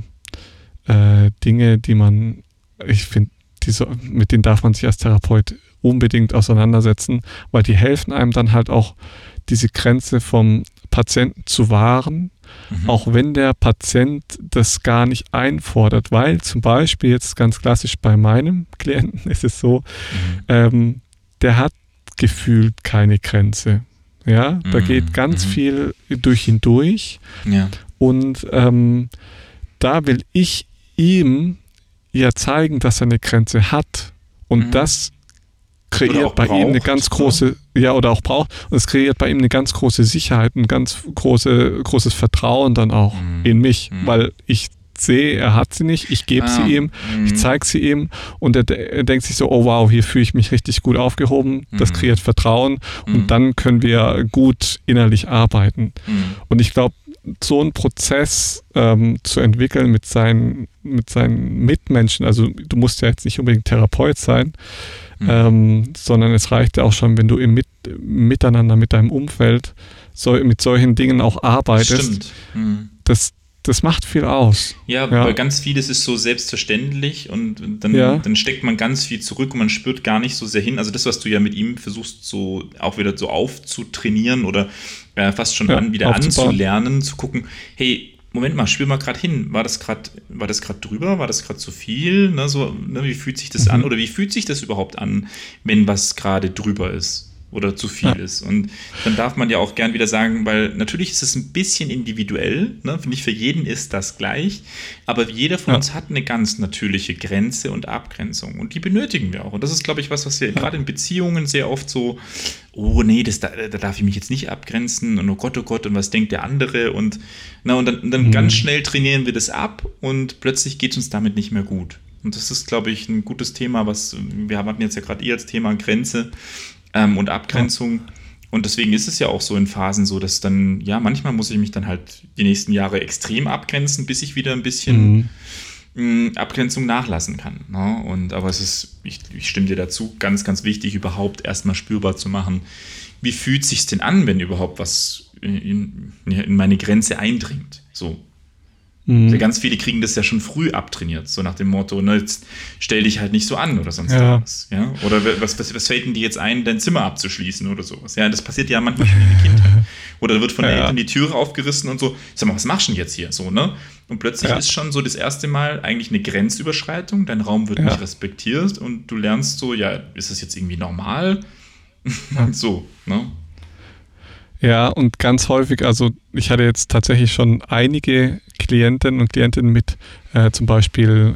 Dinge, die ich finde, mit denen darf man sich als Therapeut unbedingt auseinandersetzen, weil die helfen einem dann halt auch, diese Grenze vom Patienten zu wahren, auch wenn der Patient das gar nicht einfordert, weil zum Beispiel jetzt ganz klassisch bei meinem Klienten ist es so, der hat gefühlt keine Grenze. Ja, da geht ganz viel durch ihn durch und da will ich ihm ja zeigen, dass er eine Grenze hat und das kreiert bei ihm eine ganz große, oder auch braucht, und es kreiert bei ihm eine ganz große Sicherheit, ein ganz großes Vertrauen dann auch in mich, weil ich sehe, er hat sie nicht, ich gebe sie ihm, ich zeige sie ihm und er denkt sich so, oh wow, hier fühle ich mich richtig gut aufgehoben, das kreiert Vertrauen und dann können wir gut innerlich arbeiten. Und ich glaube, so einen Prozess zu entwickeln mit seinen Mitmenschen, also du musst ja jetzt nicht unbedingt Therapeut sein, sondern es reicht ja auch schon, wenn du im Miteinander mit deinem Umfeld mit solchen Dingen auch arbeitest. Das macht viel aus. Ja, weil ganz vieles ist so selbstverständlich und dann steckt man ganz viel zurück und man spürt gar nicht so sehr hin. Also das, was du ja mit ihm versuchst, so auch wieder so aufzutrainieren oder fast schon wieder anzulernen, zu gucken, hey, Moment mal, spür mal gerade hin. War das gerade drüber? War das gerade zu viel? Ne, so, ne, wie fühlt sich das an? Oder wie fühlt sich das überhaupt an, wenn was gerade drüber ist oder zu viel ist? Und dann darf man ja auch gern wieder sagen, weil natürlich ist es ein bisschen individuell, ne? Nicht für jeden ist das gleich, aber jeder von uns hat eine ganz natürliche Grenze und Abgrenzung und die benötigen wir auch. Und das ist, glaube ich, was wir gerade in Beziehungen sehr oft so, oh nee, da darf ich mich jetzt nicht abgrenzen und oh Gott, und was denkt der andere? Und dann ganz schnell trainieren wir das ab und plötzlich geht es uns damit nicht mehr gut. Und das ist, glaube ich, ein gutes Thema, wir hatten jetzt ja gerade als Thema Grenze und Abgrenzung. Und deswegen ist es ja auch so in Phasen so, dass dann, manchmal muss ich mich dann halt die nächsten Jahre extrem abgrenzen, bis ich wieder ein bisschen Abgrenzung nachlassen kann. Ne? Aber es ist, ich stimme dir dazu, ganz, ganz wichtig, überhaupt erstmal spürbar zu machen, wie fühlt es sich denn an, wenn überhaupt was in meine Grenze eindringt. So. Also ganz viele kriegen das ja schon früh abtrainiert, so nach dem Motto, ne, jetzt stell dich halt nicht so an oder sonst was. Ja? Oder was fällt denn dir jetzt ein, dein Zimmer abzuschließen oder sowas. Ja, das passiert ja manchmal schon in der Kindheit. Oder da wird von den Eltern die Türe aufgerissen und so, sag mal, was machst du denn jetzt hier? So, ne? Und plötzlich ist schon so das erste Mal eigentlich eine Grenzüberschreitung, dein Raum wird nicht respektiert und du lernst so, ist das jetzt irgendwie normal? So, ne? Ja, und ganz häufig, also ich hatte jetzt tatsächlich schon einige Klientinnen und Klientinnen mit zum Beispiel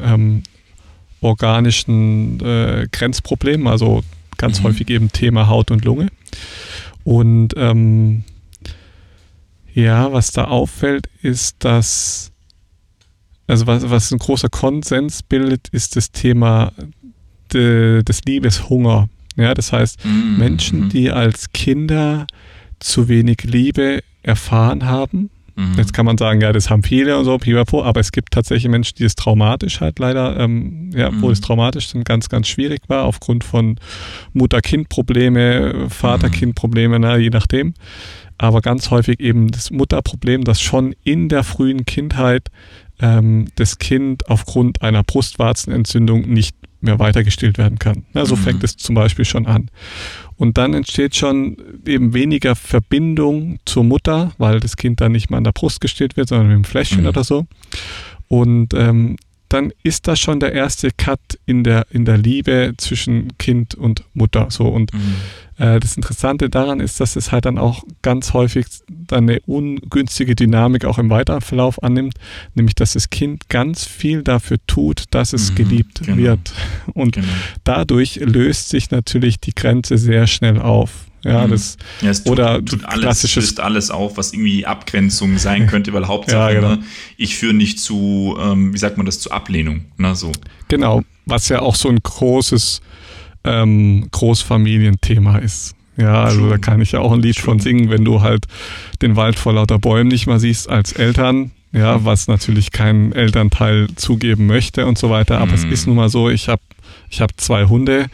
organischen Grenzproblemen, also ganz häufig eben Thema Haut und Lunge. Und was da auffällt, ist, dass also was ein großer Konsens bildet, ist das Thema des Liebeshunger. Ja, das heißt, Menschen, die als Kinder zu wenig Liebe erfahren haben. Jetzt kann man sagen, ja, das haben viele und so, pipapo, aber es gibt tatsächlich Menschen, die es traumatisch halt leider, wo es traumatisch dann ganz, ganz schwierig war, aufgrund von Mutter-Kind-Probleme, Vater-Kind-Probleme, je nachdem. Aber ganz häufig eben das Mutterproblem, dass schon in der frühen Kindheit das Kind aufgrund einer Brustwarzenentzündung nicht mehr weitergestillt werden kann. So fängt es zum Beispiel schon an. Und dann entsteht schon eben weniger Verbindung zur Mutter, weil das Kind dann nicht mehr an der Brust gestillt wird, sondern mit dem Fläschchen oder so. Und dann ist das schon der erste Cut in der Liebe zwischen Kind und Mutter. So. Und das Interessante daran ist, dass es halt dann auch ganz häufig dann eine ungünstige Dynamik auch im weiteren Verlauf annimmt, nämlich dass das Kind ganz viel dafür tut, dass es geliebt wird. Und dadurch löst sich natürlich die Grenze sehr schnell auf. Ja, es löst alles auf, was irgendwie Abgrenzung sein könnte, weil Hauptsache, ich führe nicht zu, zu Ablehnung. So. Genau, was ja auch so ein großes Großfamilienthema ist. Ja, also da kann ich ja auch ein Lied von singen, wenn du halt den Wald vor lauter Bäumen nicht mal siehst als Eltern, ja, was natürlich kein Elternteil zugeben möchte und so weiter, aber es ist nun mal so, ich hab 2 Hunde,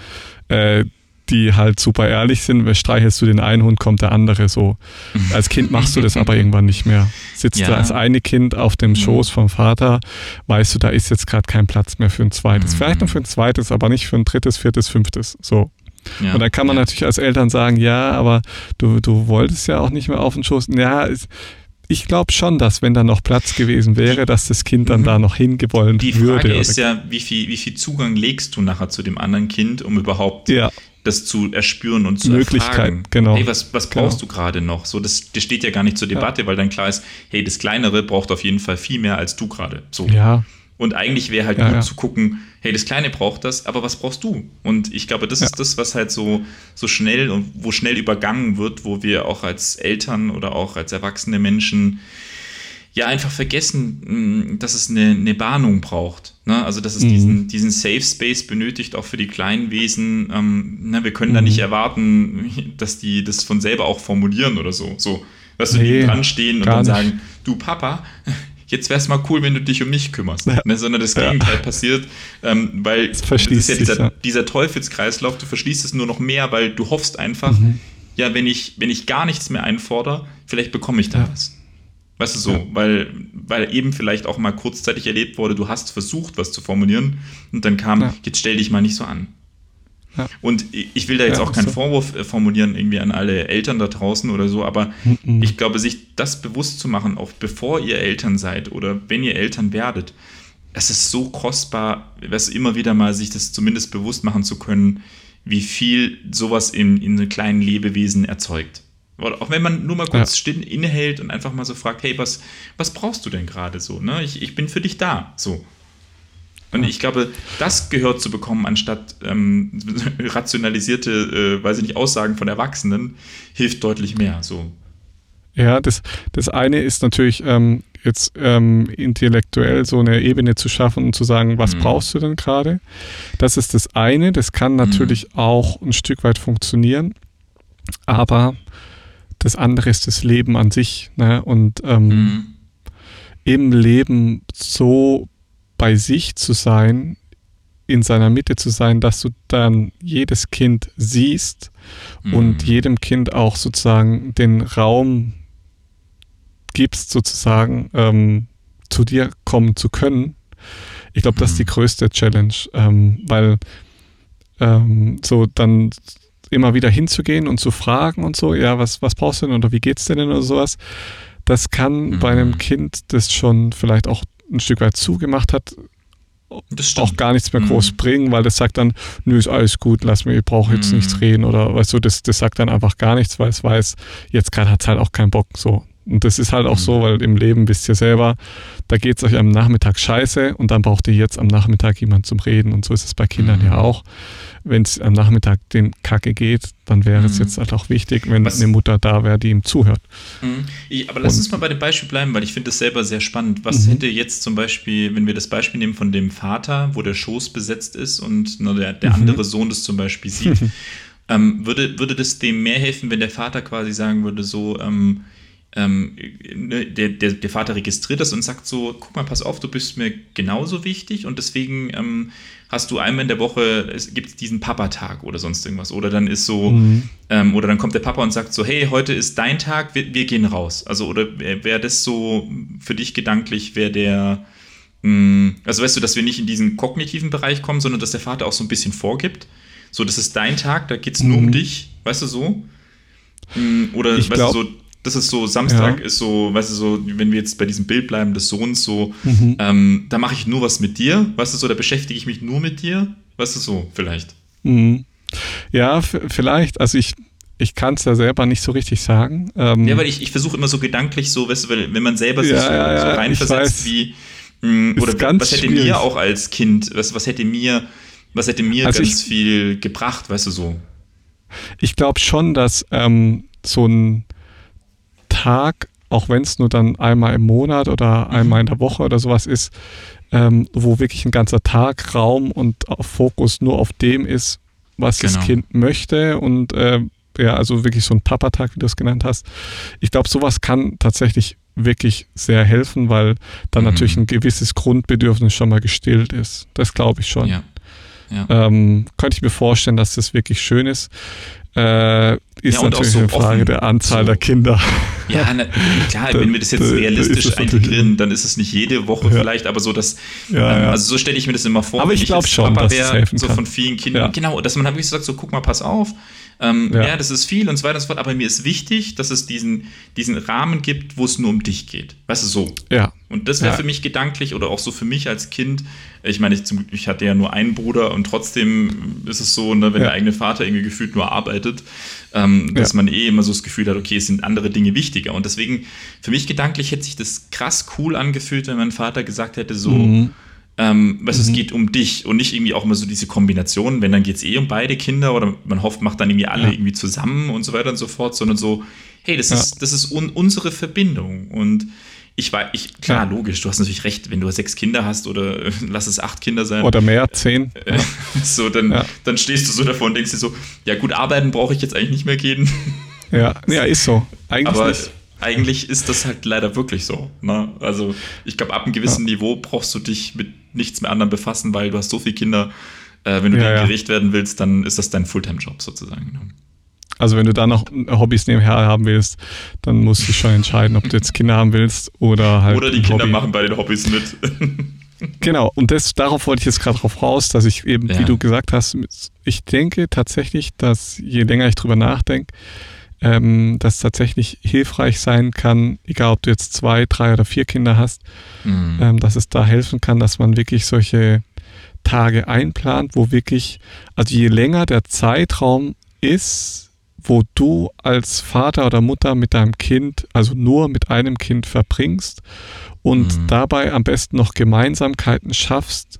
die halt super ehrlich sind, streichelst du den einen Hund, kommt der andere so. Als Kind machst du das aber irgendwann nicht mehr. Sitzt du als eine Kind auf dem Schoß vom Vater, weißt du, da ist jetzt gerade kein Platz mehr für ein zweites. Vielleicht noch für ein zweites, aber nicht für ein drittes, viertes, fünftes. So. Ja, und dann kann man natürlich als Eltern sagen, ja, aber du wolltest ja auch nicht mehr auf den Schoß. Ja, ich glaube schon, dass wenn da noch Platz gewesen wäre, dass das Kind dann da noch hingewollen würde. Die Frage ist ja, wie viel Zugang legst du nachher zu dem anderen Kind, um überhaupt das zu erspüren und zu erfragen. Genau. Hey, was brauchst du gerade noch? So, das steht ja gar nicht zur Debatte, weil dann klar ist, hey, das Kleinere braucht auf jeden Fall viel mehr als du gerade. So. Ja. Und eigentlich wäre halt gut zu gucken, hey, das Kleine braucht das, aber was brauchst du? Und ich glaube, das ist das, was halt so schnell und wo schnell übergangen wird, wo wir auch als Eltern oder auch als erwachsene Menschen ja einfach vergessen, dass es eine Bahnung braucht. Ne? Also dass es diesen Safe Space benötigt, auch für die kleinen Wesen. Wir können da nicht erwarten, dass die das von selber auch formulieren oder so. Dass die dran stehen und dann sagen, du Papa, jetzt wäre es mal cool, wenn du dich um mich kümmerst. Ne? Sondern das Gegenteil passiert, weil das ist ja dieser Teufelskreislauf, du verschließt es nur noch mehr, weil du hoffst einfach, wenn ich gar nichts mehr einfordere, vielleicht bekomme ich da was. Weißt du so, weil eben vielleicht auch mal kurzzeitig erlebt wurde, du hast versucht, was zu formulieren und dann kam, jetzt stell dich mal nicht so an. Ja. Und ich will da jetzt auch keinen Vorwurf formulieren irgendwie an alle Eltern da draußen oder so, aber ich glaube, sich das bewusst zu machen, auch bevor ihr Eltern seid oder wenn ihr Eltern werdet, es ist so kostbar, immer wieder mal sich das zumindest bewusst machen zu können, wie viel sowas in einem kleinen Lebewesen erzeugt. Oder auch wenn man nur mal kurz still innehält und einfach mal so fragt, hey, was brauchst du denn gerade so? Ne? Ich bin für dich da. So. Und ich glaube, das gehört zu bekommen, anstatt rationalisierte, Aussagen von Erwachsenen, hilft deutlich mehr. So. Ja, das eine ist natürlich intellektuell so eine Ebene zu schaffen und zu sagen, was brauchst du denn gerade? Das ist das eine. Das kann natürlich auch ein Stück weit funktionieren, aber das andere ist das Leben an sich. Ne? Und im Leben so bei sich zu sein, in seiner Mitte zu sein, dass du dann jedes Kind siehst und jedem Kind auch sozusagen den Raum gibst, sozusagen zu dir kommen zu können. Ich glaube, das ist die größte Challenge, weil so dann immer wieder hinzugehen und zu fragen und so, ja, was brauchst du denn oder wie geht's dir denn oder sowas, das kann bei einem Kind, das schon vielleicht auch ein Stück weit zugemacht hat, auch gar nichts mehr groß bringen, weil das sagt dann, nö, ist alles gut, lass mir, ich brauche jetzt nichts reden oder weißt du, das sagt dann einfach gar nichts, weil es weiß, jetzt gerade hat es halt auch keinen Bock, so. Und das ist halt auch so, weil im Leben, wisst ihr selber, da geht es euch am Nachmittag scheiße und dann braucht ihr jetzt am Nachmittag jemanden zum Reden. Und so ist es bei Kindern ja auch. Wenn es am Nachmittag den Kacke geht, dann wäre es jetzt halt auch wichtig, wenn eine Mutter da wäre, die ihm zuhört. Aber lass uns mal bei dem Beispiel bleiben, weil ich finde das selber sehr spannend. Was hätte jetzt zum Beispiel, wenn wir das Beispiel nehmen von dem Vater, wo der Schoß besetzt ist und der andere Sohn das zum Beispiel sieht, würde das dem mehr helfen, wenn der Vater quasi sagen würde, so, der Vater registriert das und sagt so, guck mal, pass auf, du bist mir genauso wichtig und deswegen hast du einmal in der Woche, es gibt diesen Papa-Tag oder sonst irgendwas. Oder dann ist so, oder dann kommt der Papa und sagt so, hey, heute ist dein Tag, wir gehen raus. Also, oder wäre das so für dich gedanklich, wäre der, also weißt du, dass wir nicht in diesen kognitiven Bereich kommen, sondern dass der Vater auch so ein bisschen vorgibt. So, das ist dein Tag, da geht es nur um dich, weißt du so? Oder, weißt du, so, das ist so, Samstag ist so, weißt du, so, wenn wir jetzt bei diesem Bild bleiben des Sohns, so, da mache ich nur was mit dir, weißt du, so, da beschäftige ich mich nur mit dir, weißt du, so, vielleicht. Ja, vielleicht, also ich kann es ja selber nicht so richtig sagen. Ja, weil ich versuche immer so gedanklich so, weißt du, wenn man selber sich so reinversetzt, wie, oder was hätte schwierig. Mir auch als Kind, was hätte mir also ganz viel gebracht, weißt du, so. Ich glaube schon, dass so ein Tag, auch wenn es nur dann einmal im Monat oder einmal in der Woche oder sowas ist, wo wirklich ein ganzer Tag Raum und Fokus nur auf dem ist, was das Kind möchte und also wirklich so ein Papa-Tag, wie du es genannt hast. Ich glaube, sowas kann tatsächlich wirklich sehr helfen, weil dann natürlich ein gewisses Grundbedürfnis schon mal gestillt ist. Das glaube ich schon. Ja. Könnte ich mir vorstellen, dass das wirklich schön ist. Ist natürlich so eine Frage der Anzahl der Kinder. Ja, klar, wenn wir das jetzt realistisch integrieren, dann ist es nicht jede Woche vielleicht, aber so, dass, also so stelle ich mir das immer vor. Aber ich glaube schon, Papa dass es helfen so kann. Von vielen Kindern, genau, dass man halt wirklich sagt, so guck mal, pass auf, das ist viel und so weiter und so fort, aber mir ist wichtig, dass es diesen Rahmen gibt, wo es nur um dich geht. Weißt du, so. Ja. Und das wäre für mich gedanklich oder auch so für mich als Kind, ich meine, ich hatte ja nur einen Bruder und trotzdem ist es so, ne, wenn der eigene Vater irgendwie gefühlt nur arbeitet, dass man immer so das Gefühl hat, okay, es sind andere Dinge wichtiger. Und deswegen, für mich gedanklich hätte sich das krass cool angefühlt, wenn mein Vater gesagt hätte, so, es geht um dich und nicht irgendwie auch immer so diese Kombination, wenn dann geht es um beide Kinder oder man hofft, macht dann irgendwie alle irgendwie zusammen und so weiter und so fort, sondern so, hey, das ist unsere Verbindung und klar, logisch, du hast natürlich recht, wenn du 6 Kinder hast oder lass es 8 Kinder sein. Oder mehr, 10. So, dann stehst du so davor und denkst dir so, ja gut, arbeiten brauche ich jetzt eigentlich nicht mehr gehen. Ja, ist so. Eigentlich ist das halt leider wirklich so. Ne? Also ich glaube, ab einem gewissen Niveau brauchst du dich mit nichts mehr anderem befassen, weil du hast so viele Kinder, wenn du denen gerecht werden willst, dann ist das dein Fulltime-Job sozusagen. Ne? Also wenn du da noch Hobbys nebenher haben willst, dann musst du schon entscheiden, ob du jetzt Kinder haben willst oder halt. Oder die Kinder machen bei den Hobbys mit. Genau, und darauf wollte ich jetzt gerade drauf raus, dass ich eben, wie du gesagt hast, ich denke tatsächlich, dass je länger ich drüber nachdenke, dass tatsächlich hilfreich sein kann, egal ob du jetzt 2, 3 oder 4 Kinder hast, dass es da helfen kann, dass man wirklich solche Tage einplant, wo wirklich, also je länger der Zeitraum ist, wo du als Vater oder Mutter mit deinem Kind, also nur mit einem Kind verbringst und dabei am besten noch Gemeinsamkeiten schaffst,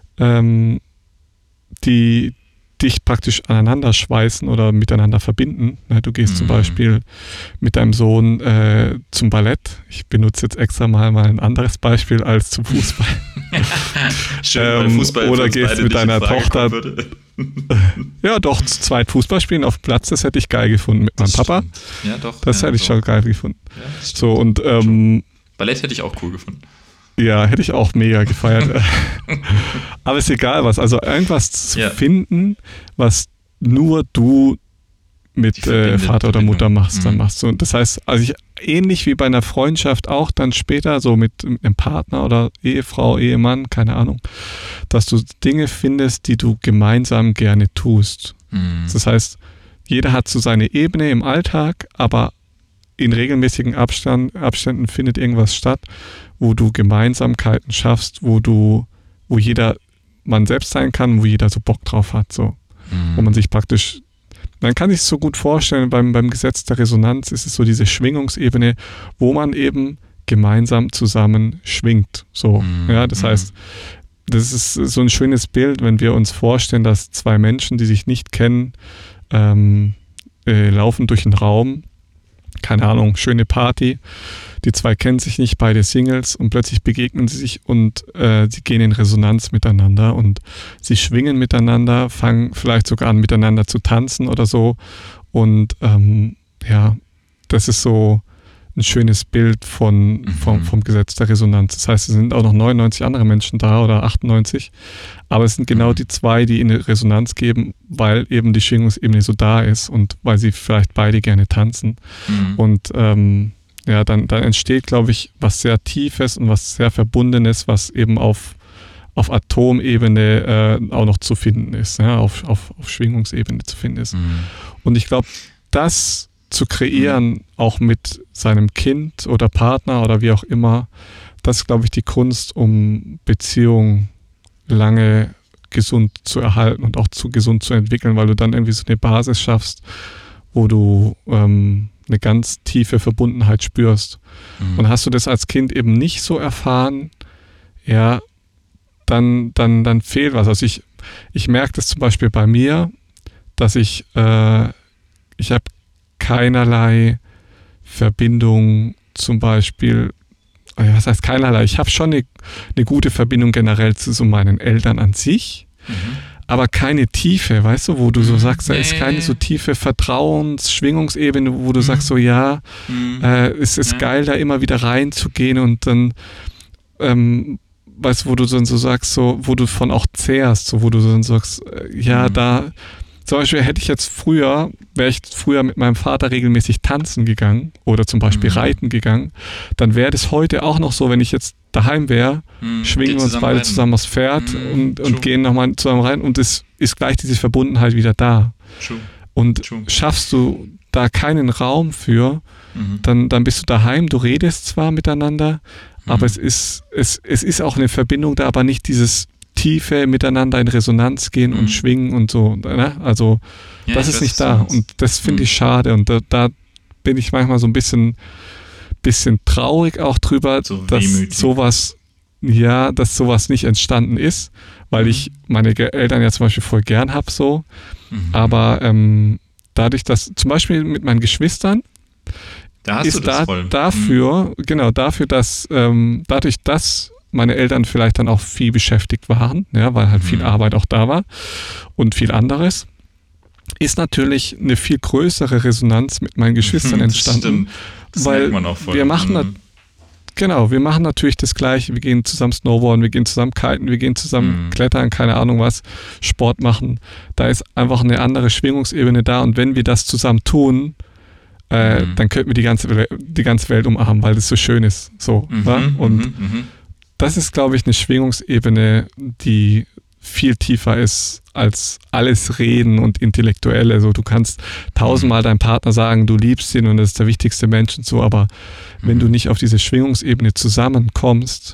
die dich praktisch aneinander schweißen oder miteinander verbinden. Du gehst zum Beispiel mit deinem Sohn zum Ballett. Ich benutze jetzt extra mal ein anderes Beispiel als zum Fußball. Schön, Fußball oder gehst mit deiner Tochter ja doch, zu zweit Fußball spielen auf dem Platz, das hätte ich geil gefunden mit meinem Papa. Ja, doch. Das hätte ich schon geil gefunden. Ja, so und Ballett hätte ich auch cool gefunden. Ja, hätte ich auch mega gefeiert. Aber ist egal was. Also irgendwas zu finden, was nur du mit Vater oder Mutter machst, dann machst du. Und das heißt, also ähnlich wie bei einer Freundschaft auch dann später so mit einem Partner oder Ehefrau, Ehemann, keine Ahnung, dass du Dinge findest, die du gemeinsam gerne tust. Das heißt, jeder hat so seine Ebene im Alltag, aber in regelmäßigen Abständen findet irgendwas statt, wo du Gemeinsamkeiten schaffst, wo jeder man selbst sein kann, wo jeder so Bock drauf hat, so. Wo man sich praktisch man kann sich so gut vorstellen, beim Gesetz der Resonanz ist es so diese Schwingungsebene, wo man eben gemeinsam zusammen schwingt. So, ja, das heißt, das ist so ein schönes Bild, wenn wir uns vorstellen, dass zwei Menschen, die sich nicht kennen, laufen durch den Raum, keine Ahnung, schöne Party, die zwei kennen sich nicht, beide Singles, und plötzlich begegnen sie sich und sie gehen in Resonanz miteinander und sie schwingen miteinander, fangen vielleicht sogar an miteinander zu tanzen oder so, und ja, das ist so ein schönes Bild vom Gesetz der Resonanz. Das heißt, es sind auch noch 99 andere Menschen da oder 98, aber es sind genau die zwei, die in eine Resonanz geben, weil eben die Schwingungsebene so da ist und weil sie vielleicht beide gerne tanzen. Und ja, dann entsteht, glaube ich, was sehr Tiefes und was sehr Verbundenes, was eben auf Atomebene auch noch zu finden ist, ja, auf Schwingungsebene zu finden ist. Und ich glaube, das zu kreieren, auch mit seinem Kind oder Partner oder wie auch immer, das ist, glaube ich, die Kunst, um Beziehungen lange gesund zu erhalten und auch gesund zu entwickeln, weil du dann irgendwie so eine Basis schaffst, wo du eine ganz tiefe Verbundenheit spürst. Und hast du das als Kind eben nicht so erfahren, ja, dann fehlt was. Also ich merke das zum Beispiel bei mir, dass ich habe keinerlei Verbindung, zum Beispiel, was heißt keinerlei? Ich habe schon eine gute Verbindung generell zu so meinen Eltern an sich, aber keine Tiefe, weißt du, wo du so sagst, da ist keine so tiefe Vertrauensschwingungsebene, wo du sagst so, ja, es ist geil, da immer wieder reinzugehen und dann, weißt du, wo du dann so sagst, so, wo du von auch zehrst, so, wo du dann sagst, ja, da, zum Beispiel wäre ich früher mit meinem Vater regelmäßig tanzen gegangen oder zum Beispiel reiten gegangen, dann wäre das heute auch noch so, wenn ich jetzt daheim wäre, schwingen wir uns beide zusammen aufs Pferd und gehen nochmal zusammen rein und es ist gleich diese Verbundenheit wieder da. Und schaffst du da keinen Raum für, dann bist du daheim, du redest zwar miteinander, aber es ist auch eine Verbindung da, aber nicht dieses Tiefe miteinander in Resonanz gehen und schwingen und so. Ne? Also das ist nicht da. Und das finde ich schade. Und da bin ich manchmal so ein bisschen traurig auch drüber, so dass sowas nicht entstanden ist, weil ich meine Eltern ja zum Beispiel voll gern habe so. Aber dadurch, dass zum Beispiel mit meinen Geschwistern dafür, dass dadurch, dass meine Eltern vielleicht dann auch viel beschäftigt waren, ja, weil halt viel Arbeit auch da war und viel anderes, ist natürlich eine viel größere Resonanz mit meinen Geschwistern entstanden. Das weil merkt man auch voll. Wir machen natürlich das Gleiche. Wir gehen zusammen Snowboarden, wir gehen zusammen kiten, wir gehen zusammen klettern, keine Ahnung was, Sport machen. Da ist einfach eine andere Schwingungsebene da und wenn wir das zusammen tun, dann könnten wir die ganze Welt umarmen, weil das so schön ist. So, und das ist, glaube ich, eine Schwingungsebene, die viel tiefer ist als alles Reden und Intellektuelle. Also du kannst 1000-mal deinem Partner sagen, du liebst ihn und das ist der wichtigste Mensch und so, aber wenn du nicht auf diese Schwingungsebene zusammenkommst,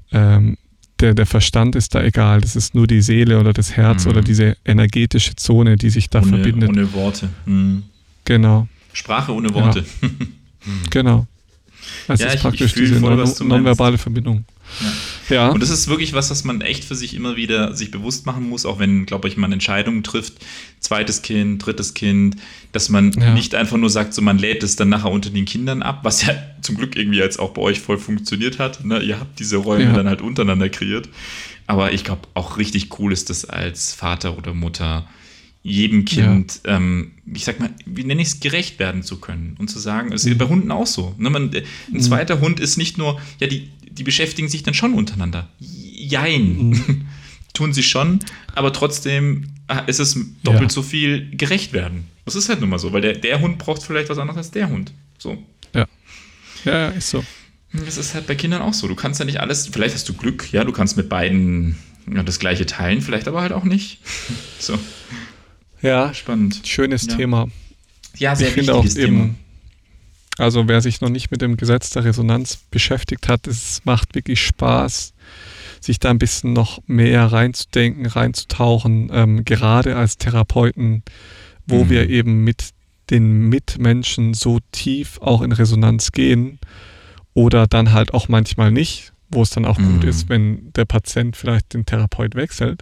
der Verstand ist da egal. Das ist nur die Seele oder das Herz oder diese energetische Zone, die sich da verbindet. Ohne Worte. Genau. Sprache ohne Worte. Ja. Genau. Das ist praktisch diese nonverbale Verbindung. Ja. Und das ist wirklich was man echt für sich immer wieder sich bewusst machen muss, auch wenn, glaube ich, man Entscheidungen trifft, zweites Kind, drittes Kind, dass man nicht einfach nur sagt, so man lädt es dann nachher unter den Kindern ab, was ja zum Glück irgendwie jetzt auch bei euch voll funktioniert hat. Ne? Ihr habt diese Räume dann halt untereinander kreiert. Aber ich glaube, auch richtig cool ist das als Vater oder Mutter, jedem Kind, ich sag mal, wie nenne ich es, gerecht werden zu können und zu sagen, es ist bei Hunden auch so. Ne? Ein zweiter Hund ist nicht nur, ja, die beschäftigen sich dann schon untereinander. Jein. Tun sie schon, aber trotzdem ist es doppelt so viel gerecht werden. Das ist halt nun mal so, weil der Hund braucht vielleicht was anderes als der Hund. So. Ja, ist so. Das ist halt bei Kindern auch so. Du kannst ja nicht alles, vielleicht hast du Glück, ja, du kannst mit beiden das Gleiche teilen, vielleicht aber halt auch nicht. So. Ja, spannend. Schönes Thema. Ja, sehr wichtiges Thema. Also wer sich noch nicht mit dem Gesetz der Resonanz beschäftigt hat, es macht wirklich Spaß, sich da ein bisschen noch mehr reinzudenken, reinzutauchen. Gerade als Therapeuten wo wir eben mit den Mitmenschen so tief auch in Resonanz gehen oder dann halt auch manchmal nicht, wo es dann auch gut ist, wenn der Patient vielleicht den Therapeut wechselt.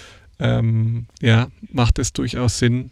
Macht es durchaus Sinn,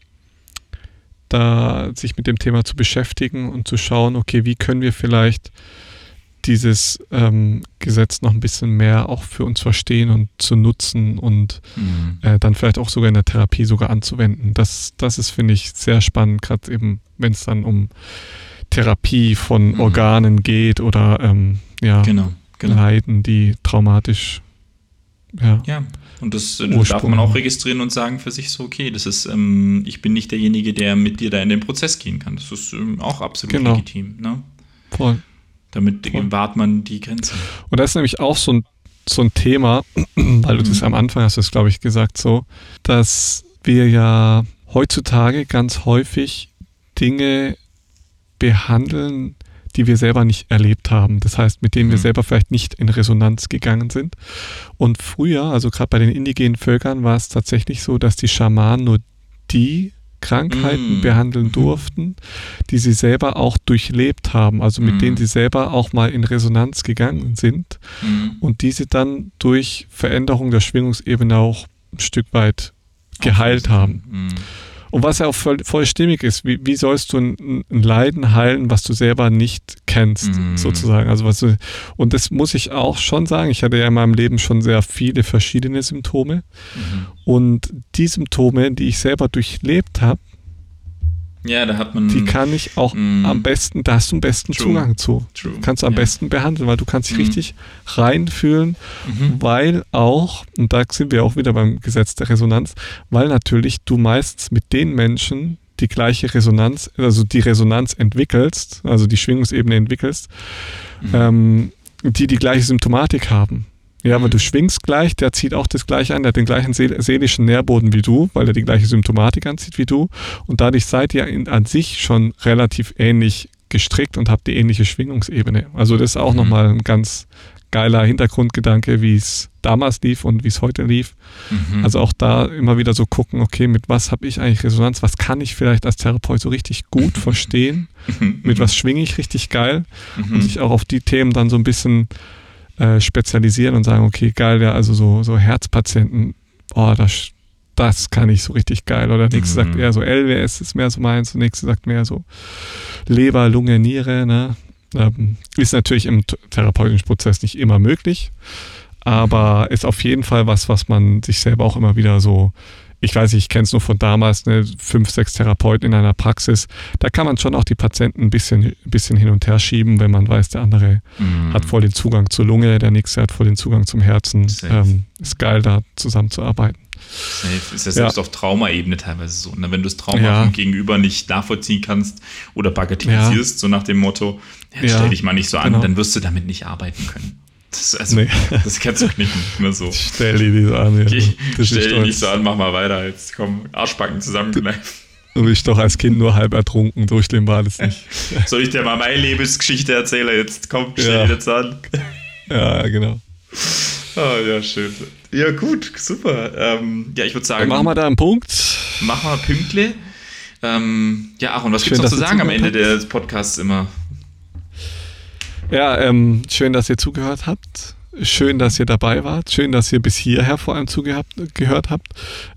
da sich mit dem Thema zu beschäftigen und zu schauen, okay, wie können wir vielleicht dieses Gesetz noch ein bisschen mehr auch für uns verstehen und zu nutzen und dann vielleicht auch sogar in der Therapie sogar anzuwenden. Das ist, finde ich, sehr spannend, gerade eben, wenn es dann um Therapie von Organen geht oder genau. Leiden, die traumatisch und das darf man auch registrieren und sagen für sich so, okay, das ist, ich bin nicht derjenige, der mit dir da in den Prozess gehen kann. Das ist auch absolut legitim. Ne? Voll. Damit wahrt man die Grenze. Und das ist nämlich auch so ein Thema, weil du das am Anfang hast, das glaube ich gesagt so, dass wir ja heutzutage ganz häufig Dinge behandeln, die wir selber nicht erlebt haben. Das heißt, mit denen wir selber vielleicht nicht in Resonanz gegangen sind. Und früher, also gerade bei den indigenen Völkern, war es tatsächlich so, dass die Schamanen nur die Krankheiten behandeln durften, die sie selber auch durchlebt haben, also mit denen sie selber auch mal in Resonanz gegangen sind und diese dann durch Veränderung der Schwingungsebene auch ein Stück weit geheilt haben. Und was ja auch voll stimmig ist, wie sollst du ein Leiden heilen, was du selber nicht kennst, sozusagen. Also und das muss ich auch schon sagen, ich hatte ja in meinem Leben schon sehr viele verschiedene Symptome. Und die Symptome, die ich selber durchlebt habe, die kann ich auch am besten, da hast du am besten Zugang zu. Kannst du am besten behandeln, weil du kannst dich richtig reinfühlen, weil auch, und da sind wir auch wieder beim Gesetz der Resonanz, weil natürlich du meistens mit den Menschen die gleiche Resonanz, also die Resonanz entwickelst, also die Schwingungsebene entwickelst, die gleiche Symptomatik haben. Ja, weil du schwingst gleich, der zieht auch das Gleiche an, der hat den gleichen seelischen Nährboden wie du, weil er die gleiche Symptomatik anzieht wie du. Und dadurch seid ihr an sich schon relativ ähnlich gestrickt und habt die ähnliche Schwingungsebene. Also das ist auch nochmal ein ganz geiler Hintergrundgedanke, wie es damals lief und wie es heute lief. Also auch da immer wieder so gucken, okay, mit was habe ich eigentlich Resonanz? Was kann ich vielleicht als Therapeut so richtig gut verstehen? Mit was schwinge ich richtig geil? Und sich auch auf die Themen dann so ein bisschen spezialisieren und sagen, okay, geil, ja, also so Herzpatienten, das kann ich so richtig geil. Oder der nächste sagt eher so LWS ist mehr so meins, der nächste sagt mehr so Leber, Lunge, Niere, ne? Ist natürlich im therapeutischen Prozess nicht immer möglich, aber ist auf jeden Fall was man sich selber auch immer wieder so, ich weiß nicht, ich kenne es nur von damals, 5, 6 Therapeuten in einer Praxis, da kann man schon auch die Patienten ein bisschen hin und her schieben, wenn man weiß, der andere hat voll den Zugang zur Lunge, der nächste hat voll den Zugang zum Herzen. Ist geil, da zusammenzuarbeiten. Safe. Ist ja selbst auf Traumaebene teilweise so. Ne? Wenn du das Trauma vom Gegenüber nicht nachvollziehen kannst oder bagatellisierst, so nach dem Motto, stell dich mal nicht so an, dann wirst du damit nicht arbeiten können. Das kannst du nicht mehr so. Stell dich nicht so an. Ja. Stell dich nicht so an, mach mal weiter. Jetzt komm, Arschbacken zusammenkneifen. Du bist doch als Kind nur halb ertrunken, so schlimm war das nicht. Soll ich dir mal meine Lebensgeschichte erzählen? Jetzt komm, stell dich jetzt an. Ja, genau. Ja, schön. Ja, gut, super. Ich würde sagen... Machen wir da einen Punkt. Machen wir Pünktli. Aaron, was gibt es noch zu sagen am Ende des Podcasts immer? Ja, schön, dass ihr zugehört habt. Schön, dass ihr dabei wart. Schön, dass ihr bis hierher vor allem gehört habt.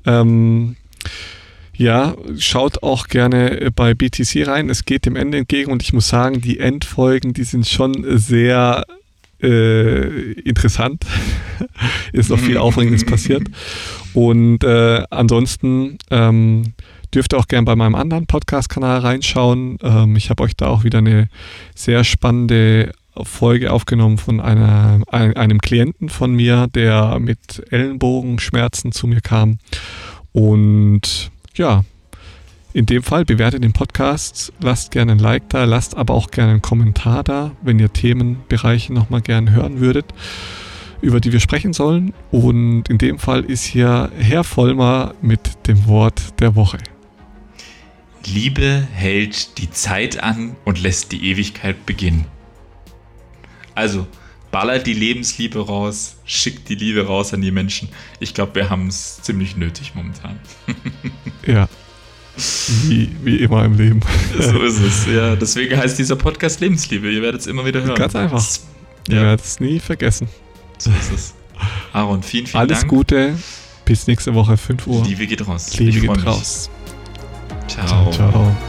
Schaut auch gerne bei BTC rein. Es geht dem Ende entgegen und ich muss sagen, die Endfolgen, die sind schon sehr interessant. Ist noch viel Aufregendes passiert. Und ansonsten dürft ihr auch gerne bei meinem anderen Podcast-Kanal reinschauen. Ich habe euch da auch wieder eine sehr spannende Folge aufgenommen von einem Klienten von mir, der mit Ellenbogenschmerzen zu mir kam. Und ja, in dem Fall bewertet den Podcast, lasst gerne ein Like da, lasst aber auch gerne einen Kommentar da, wenn ihr Themenbereiche nochmal gerne hören würdet, über die wir sprechen sollen. Und in dem Fall ist hier Herr Vollmer mit dem Wort der Woche. Liebe hält die Zeit an und lässt die Ewigkeit beginnen. Also, ballert die Lebensliebe raus, schickt die Liebe raus an die Menschen. Ich glaube, wir haben es ziemlich nötig momentan. Ja, Wie immer im Leben. So ist es, ja. Deswegen heißt dieser Podcast Lebensliebe. Ihr werdet es immer wieder hören. Ganz einfach. Ihr werdet es nie vergessen. So ist es. Aaron, vielen Dank. Alles Gute. Bis nächste Woche, 5 Uhr. Liebe geht raus. Liebe geht raus. Ciao. Ciao.